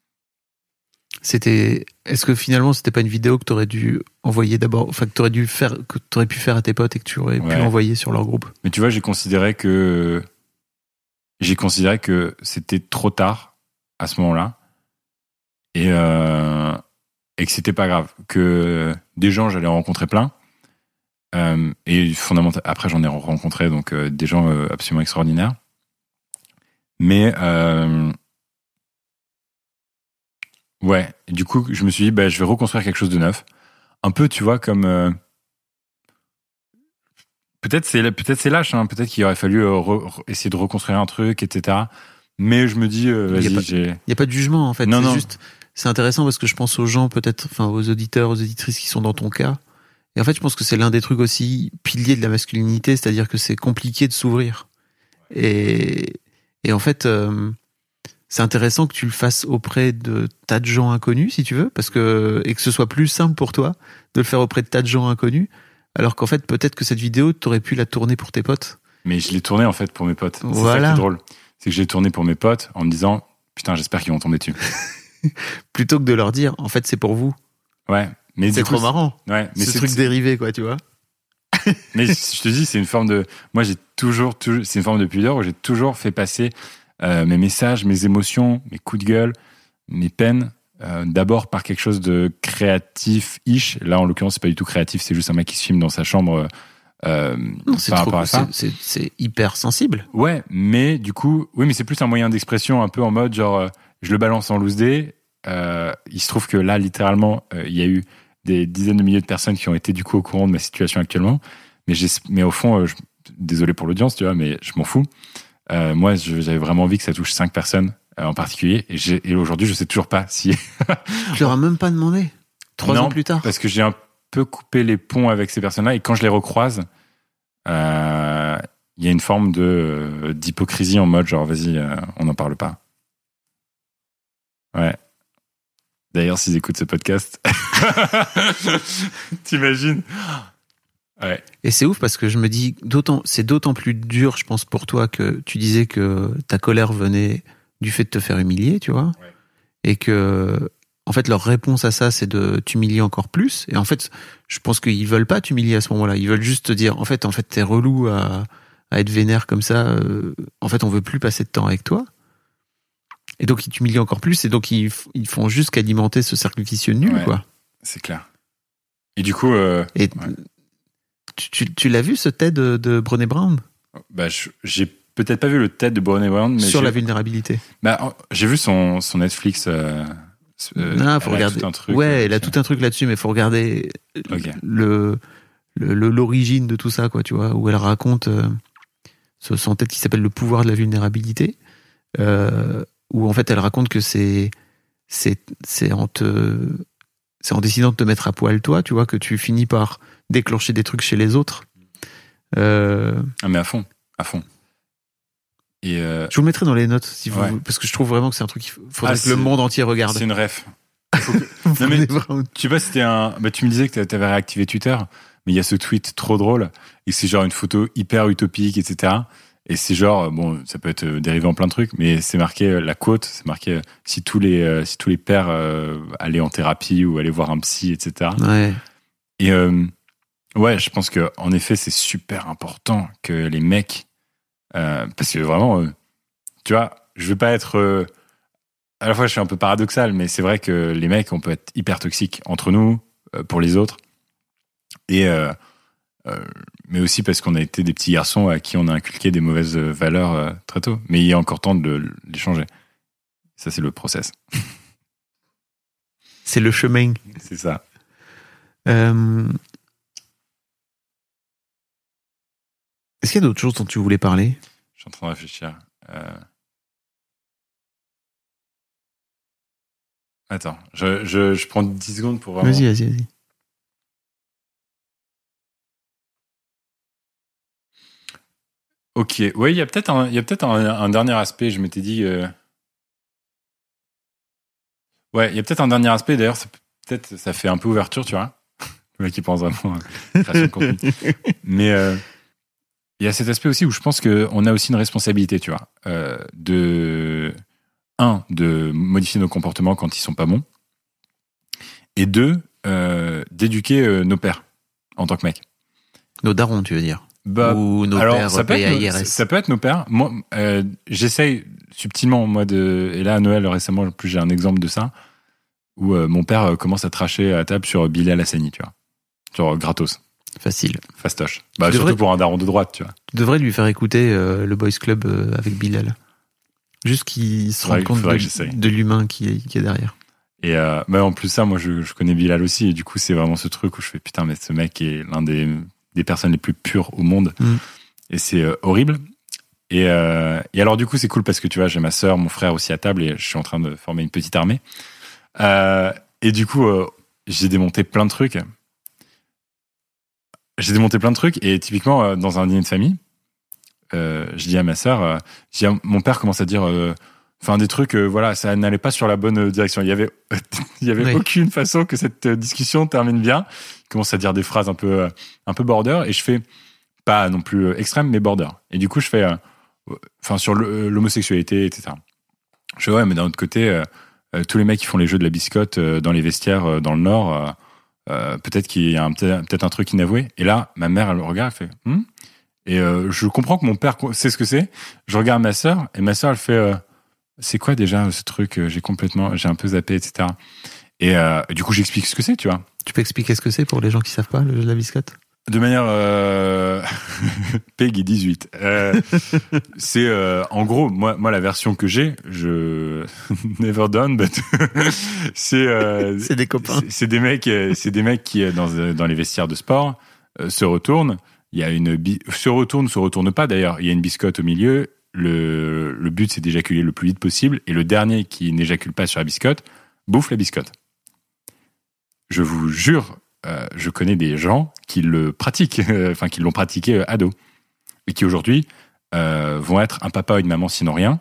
Est-ce que finalement, c'était pas une vidéo que t'aurais dû envoyer d'abord, enfin, que t'aurais pu faire à tes potes et que tu aurais pu envoyer sur leur groupe? Mais tu vois, j'ai considéré que c'était trop tard à ce moment-là. Et que c'était pas grave. Que des gens, j'allais en rencontrer plein. Et fondamentalement, après, j'en ai rencontré donc des gens absolument extraordinaires. Mais ouais, du coup, je me suis dit, je vais reconstruire quelque chose de neuf. un peu, tu vois, comme peut-être c'est lâche, hein, peut-être qu'il aurait fallu essayer de reconstruire un truc, etc. Mais je me dis, vas-y, Il n'y a pas de jugement, en fait. Non. C'est intéressant parce que je pense aux gens, peut-être, enfin, aux auditeurs, aux auditrices qui sont dans ton cas. Et en fait, je pense que c'est l'un des trucs aussi piliers de la masculinité, c'est-à-dire que c'est compliqué de s'ouvrir. Et en fait, c'est intéressant que tu le fasses auprès de tas de gens inconnus, si tu veux, et que ce soit plus simple pour toi de le faire auprès de tas de gens inconnus, alors qu'en fait, peut-être que cette vidéo, t'aurais pu la tourner pour tes potes. Mais je l'ai tournée, en fait, pour mes potes. C'est Voilà. ça qui est drôle. C'est que je l'ai tournée pour mes potes en me disant, putain, j'espère qu'ils vont tomber dessus. Plutôt que de leur dire, en fait, c'est pour vous. Ouais. Mais C'est trop marrant. Ouais. Mais ce truc dérivé, quoi, tu vois. Mais je te dis, c'est une forme de... Moi, c'est une forme de pudeur où j'ai toujours fait passer mes messages, mes émotions, mes coups de gueule, mes peines, d'abord par quelque chose de créatif-ish. Là, en l'occurrence, c'est pas du tout créatif, c'est juste un mec qui se filme dans sa chambre non, par rapport à ça. C'est hyper sensible. Ouais, mais du coup, oui, mais c'est plus un moyen d'expression un peu en mode genre, je le balance en loose day. Il se trouve que là, littéralement, il y a eu des dizaines de milliers de personnes qui ont été du coup au courant de ma situation actuellement. Mais au fond, désolé pour l'audience, tu vois, mais je m'en fous. Moi, j'avais vraiment envie que ça touche 5 personnes en particulier. Et aujourd'hui, je sais toujours pas si... Tu leur as même pas demandé 3 ans plus tard. Parce que j'ai un peu coupé les ponts avec ces personnes-là. Et quand je les recroise, il y a une forme d'hypocrisie en mode genre, vas-y, on n'en parle pas. Ouais. D'ailleurs, s'ils écoutent ce podcast, t'imagines? Ouais. Et c'est ouf parce que je me dis, c'est d'autant plus dur, je pense, pour toi que tu disais que ta colère venait du fait de te faire humilier, tu vois. Ouais. Et que, en fait, leur réponse à ça, c'est de t'humilier encore plus. Et en fait, je pense qu'ils veulent pas t'humilier à ce moment-là. Ils veulent juste te dire, en fait, t'es relou à être vénère comme ça. En fait, on veut plus passer de temps avec toi. Et donc, ils t'humilient encore plus. Et donc, ils font juste qu'alimenter ce cercle vicieux nul, ouais, quoi. C'est clair. Et du coup... ouais. Tu l'as vu, ce TED de Brené Brown? Bah, j'ai peut-être pas vu le TED de Brené Brown, mais sur la vulnérabilité. Bah, j'ai vu son Netflix. Non, faut regarder. Tout un truc, ouais, elle a tout un truc là-dessus, mais faut regarder l'origine de tout ça, quoi, tu vois, où elle raconte son TED qui s'appelle Le pouvoir de la vulnérabilité, où en fait elle raconte que c'est en décidant de te mettre à poil toi, tu vois, que tu finis par déclencher des trucs chez les autres. Ah, mais à fond. Et je vous le mettrai dans les notes, si vous voulez, parce que je trouve vraiment que c'est un truc qu'il faudrait que le monde entier regarde. C'est une ref. Non, mais tu vois, c'était tu me disais que tu avais réactivé Twitter, mais il y a ce tweet trop drôle, et c'est genre une photo hyper utopique, etc. Et c'est genre, bon, ça peut être dérivé en plein de trucs, mais c'est marqué la quote, c'est marqué si tous les pères allaient en thérapie ou allaient voir un psy, etc. Ouais. Et ouais, je pense que en effet, c'est super important que les mecs, parce que vraiment, tu vois, je veux pas être, à la fois je suis un peu paradoxal, mais c'est vrai que les mecs, on peut être hyper toxiques entre nous, pour les autres, et mais aussi parce qu'on a été des petits garçons à qui on a inculqué des mauvaises valeurs très tôt. Mais il y a encore temps de les changer. Ça, c'est le process. C'est le chemin. C'est ça. Est-ce qu'il y a d'autres choses dont tu voulais parler? Je suis en train de réfléchir. Attends, je prends 10 secondes pour vraiment... Vas-y. Ok, ouais, il y a peut-être un dernier aspect, je m'étais dit... Ouais, il y a peut-être un dernier aspect, d'ailleurs, ça fait un peu ouverture, tu vois. Le mec qui pense vraiment à création de contenu. Mais il y a cet aspect aussi où je pense qu'on a aussi une responsabilité, tu vois, de modifier nos comportements quand ils sont pas bons, et d'éduquer nos pères en tant que mecs. Nos darons, tu veux dire? Ou nos pères ça peut être nos pères. Moi, j'essaye subtilement, et là, à Noël, récemment, en plus, j'ai un exemple de ça, où mon père commence à tracher à table sur Bilal Hassani, tu vois. Genre, gratos. Facile. Fastoche. Surtout pour un daron de droite, tu vois. Tu devrais lui faire écouter le Boys Club avec Bilal. Juste qu'il se rende compte de l'humain qui est derrière. Et bah en plus ça, moi je connais Bilal aussi, et du coup c'est vraiment ce truc où je fais putain, mais ce mec est l'un des personnes les plus pures au monde, et c'est horrible. Et alors du coup c'est cool parce que tu vois, j'ai ma sœur, mon frère aussi à table, et je suis en train de former une petite armée. Et du coup j'ai démonté plein de trucs. Et typiquement dans un dîner de famille, je dis à ma sœur, mon père commence à dire des trucs, voilà, ça n'allait pas sur la bonne direction. Il y avait oui. Aucune façon que cette discussion termine bien. Il commence à dire des phrases un peu border, et je fais pas non plus extrême, mais border. Et du coup, je fais, sur l'homosexualité, etc. Je fais, ouais, mais d'un autre côté, tous les mecs qui font les jeux de la biscotte dans les vestiaires dans le Nord, peut-être qu'il y a peut-être un truc inavoué. Et là, ma mère, elle me regarde, elle fait, Et je comprends que mon père sait ce que c'est. Je regarde ma sœur, et ma sœur, elle fait, c'est quoi déjà ce truc? J'ai un peu zappé, etc. Et du coup, j'explique ce que c'est, tu vois. Tu peux expliquer ce que c'est pour les gens qui savent pas, le jeu de la biscotte? De manière Peggy 18. C'est en gros, moi la version que j'ai, never done, but c'est des copains. C'est des mecs qui dans les vestiaires de sport se retournent. Il y a se retourne pas d'ailleurs. Il y a une biscotte au milieu. Le but, c'est d'éjaculer le plus vite possible, et le dernier qui n'éjacule pas sur la biscotte bouffe la biscotte. Je vous jure, je connais des gens qui le pratiquent, qui l'ont pratiqué ado, et qui aujourd'hui vont être un papa ou une maman sinon rien.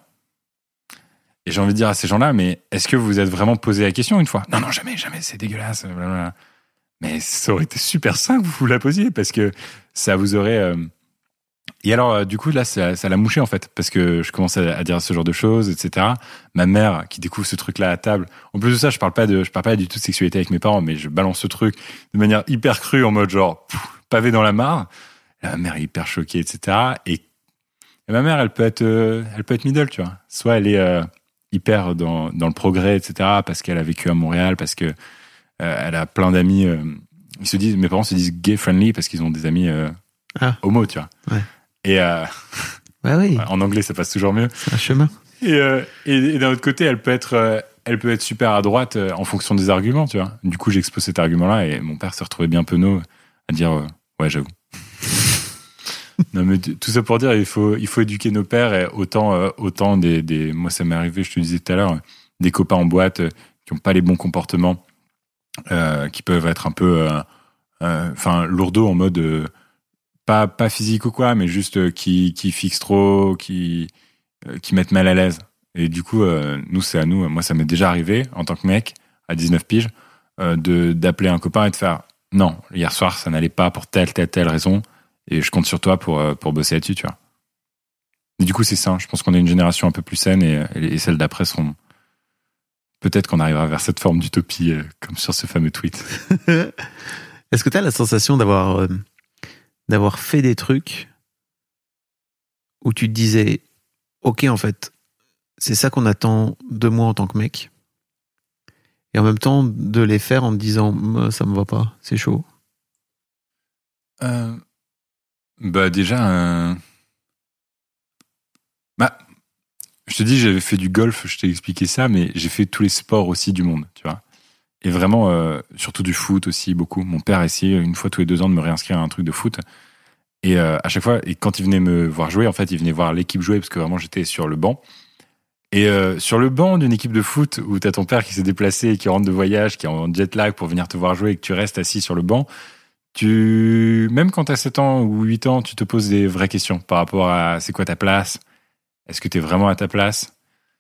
Et j'ai envie de dire à ces gens-là, mais est-ce que vous vous êtes vraiment posé la question une fois? Non, jamais, c'est dégueulasse. Blablabla. Mais ça aurait été super simple que vous la posiez, parce que ça vous aurait... Et alors, du coup, là, ça l'a mouché, en fait, parce que je commence à dire ce genre de choses, etc. Ma mère, qui découvre ce truc-là à table. En plus de ça, je parle pas du tout de sexualité avec mes parents, mais je balance ce truc de manière hyper crue, en mode genre, pavé dans la mare. Et ma mère est hyper choquée, etc. Et ma mère, elle peut être middle, tu vois. Soit elle est hyper dans le progrès, etc., parce qu'elle a vécu à Montréal, parce que elle a plein d'amis. Mes parents se disent gay friendly parce qu'ils ont des amis homo, tu vois. Ouais. Et oui. En anglais, ça passe toujours mieux. C'est un chemin. Et d'un autre côté, elle peut être super à droite en fonction des arguments, tu vois. Du coup, j'expose cet argument-là, et mon père s'est retrouvé bien penaud à dire ouais, j'avoue. Non, mais tout ça pour dire, il faut éduquer nos pères, et autant des moi, ça m'est arrivé, je te disais tout à l'heure, des copains en boîte qui n'ont pas les bons comportements, qui peuvent être un peu lourdeaux en mode pas physique ou quoi, mais juste qui fixent trop, qui mettent mal à l'aise. Et du coup, nous, c'est à nous. Moi, ça m'est déjà arrivé en tant que mec à 19 piges d'appeler un copain et de faire non, hier soir ça n'allait pas pour telle raison, et je compte sur toi pour bosser là-dessus, tu vois. Et du coup, c'est ça. Je pense qu'on a une génération un peu plus saine, et celles d'après seront... Peut-être qu'on arrivera vers cette forme d'utopie, comme sur ce fameux tweet. Est-ce que tu as la sensation d'avoir fait des trucs où tu te disais ok, en fait, c'est ça qu'on attend de moi en tant que mec, et en même temps de les faire en te disant ça me va pas, c'est chaud? Déjà je te dis, j'avais fait du golf, je t'ai expliqué ça, mais j'ai fait tous les sports aussi du monde, tu vois. Et vraiment, surtout du foot aussi, beaucoup. Mon père essayait une fois tous les 2 ans de me réinscrire à un truc de foot. Et à chaque fois, et quand il venait me voir jouer, en fait, il venait voir l'équipe jouer, parce que vraiment, j'étais sur le banc. Et sur le banc d'une équipe de foot, où t'as ton père qui s'est déplacé, et qui rentre de voyage, qui est en jet lag pour venir te voir jouer, et que tu restes assis sur le banc, même quand t'as 7 ans ou 8 ans, tu te poses des vraies questions par rapport à c'est quoi ta place? Est-ce que t'es vraiment à ta place?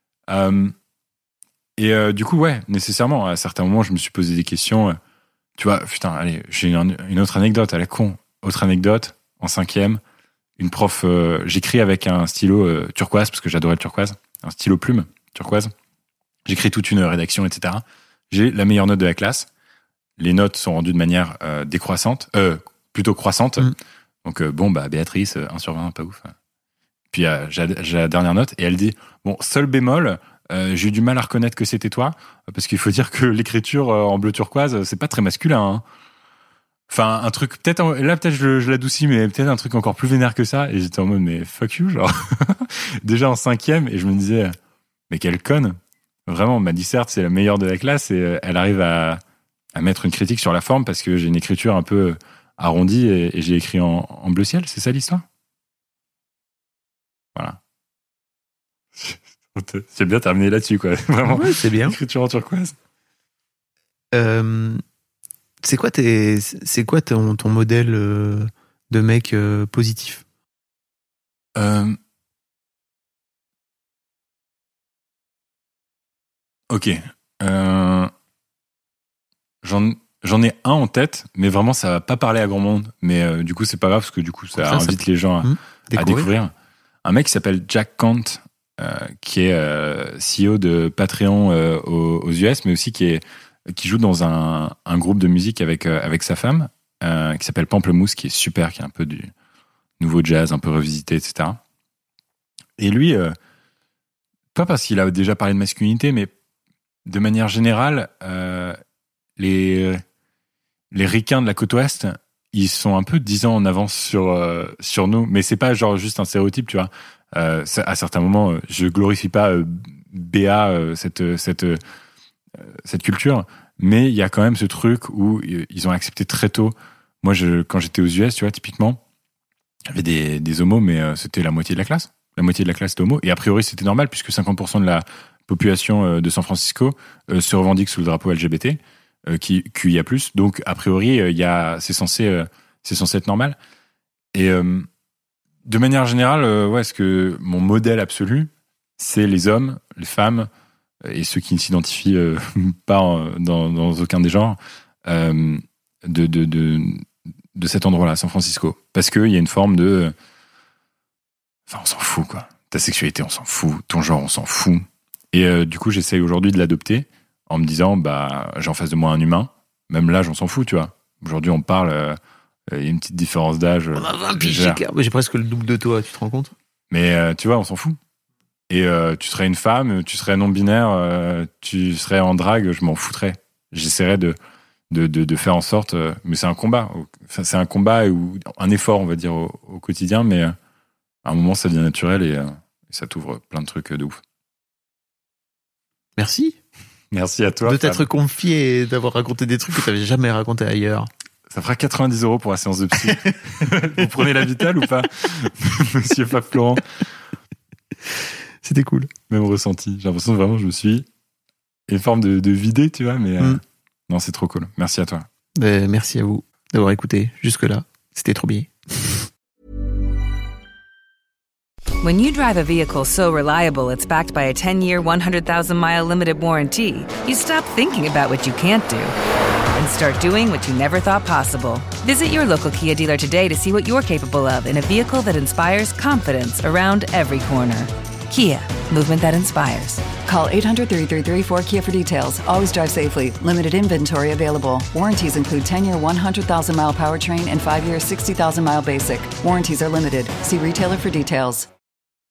Du coup, ouais, nécessairement, à certains moments, je me suis posé des questions. Tu vois, putain, allez, j'ai une autre anecdote à la con. Autre anecdote, en 5e, une prof, j'écris avec un stylo turquoise, parce que j'adorais le turquoise, un stylo plume turquoise. J'écris toute une rédaction, etc. J'ai la meilleure note de la classe. Les notes sont rendues de manière décroissante, plutôt croissante. Donc, Béatrice, 1 sur 20, pas ouf. Puis j'ai la dernière note, et elle dit seul bémol, j'ai eu du mal à reconnaître que c'était toi, parce qu'il faut dire que l'écriture en bleu turquoise, c'est pas très masculin, hein. Enfin, un truc peut-être je l'adoucis, mais peut-être un truc encore plus vénère que ça. Et j'étais en mode mais fuck you, genre. Déjà en 5e, et je me disais mais quelle conne. Vraiment, ma disserte, c'est la meilleure de la classe et elle arrive à mettre une critique sur la forme parce que j'ai une écriture un peu arrondie et j'ai écrit en bleu ciel. C'est ça l'histoire ? Voilà. J'ai bien terminé là-dessus, quoi. Vraiment. Ouais, c'est bien. Écriture en turquoise. C'est quoi ton modèle de mec positif ? Ok. J'en ai un en tête, mais vraiment, ça va pas parler à grand monde. Mais du coup, c'est pas grave, parce que du coup, ça invite les gens à découvrir. Un mec qui s'appelle Jack Kant, qui est CEO de Patreon aux US, mais aussi qui joue dans un groupe de musique avec sa femme, qui s'appelle Pamplemousse, qui est super, qui est un peu du nouveau jazz, un peu revisité, etc. Et lui, pas parce qu'il a déjà parlé de masculinité, mais de manière générale, les ricains de la côte ouest, ils sont un peu 10 ans en avance sur nous, mais c'est pas genre juste un stéréotype, tu vois. À certains moments, je glorifie pas cette culture, mais il y a quand même ce truc où ils ont accepté très tôt. Moi, quand j'étais aux US, tu vois, typiquement, il y avait des homos, mais c'était la moitié de la classe. La moitié de la classe était homo, et a priori c'était normal puisque 50% de la population de San Francisco se revendique sous le drapeau LGBT, QIA+. Donc a priori, c'est censé être normal. Et de manière générale, est-ce que mon modèle absolu, c'est les hommes, les femmes et ceux qui ne s'identifient pas dans aucun des genres de cet endroit-là, San Francisco, parce qu'il y a une forme de enfin, on s'en fout, quoi. Ta sexualité, on s'en fout. Ton genre, on s'en fout. Et du coup, j'essaye aujourd'hui de l'adopter en me disant, j'ai en face de moi un humain. Même l'âge, on s'en fout, tu vois. Aujourd'hui, on parle, il y a une petite différence d'âge. On a 20 piges. J'ai presque le double de toi, tu te rends compte ? Mais tu vois, on s'en fout. Et tu serais une femme, tu serais non-binaire, tu serais en drague, je m'en foutrais. J'essaierais de faire en sorte... mais c'est un combat. Enfin, c'est un combat ou un effort, on va dire, au quotidien, mais... à un moment, ça devient naturel et ça t'ouvre plein de trucs de ouf. Merci. Merci à toi. De t'être confié et d'avoir raconté des trucs que tu n'avais jamais racontés ailleurs. Ça fera 90 € pour la séance de psy. Vous prenez la Vitale ou pas, Monsieur Fab Florent ? C'était cool. Même ressenti. J'ai l'impression que vraiment, je me suis une forme de vidé, tu vois, mais non, c'est trop cool. Merci à toi. Merci à vous d'avoir écouté jusque-là. C'était trop bien. When you drive a vehicle so reliable it's backed by a 10-year, 100,000-mile limited warranty, you stop thinking about what you can't do and start doing what you never thought possible. Visit your local Kia dealer today to see what you're capable of in a vehicle that inspires confidence around every corner. Kia, movement that inspires. Call 800-333-4KIA for details. Always drive safely. Limited inventory available. Warranties include 10-year, 100,000-mile powertrain and 5-year, 60,000-mile basic. Warranties are limited. See retailer for details.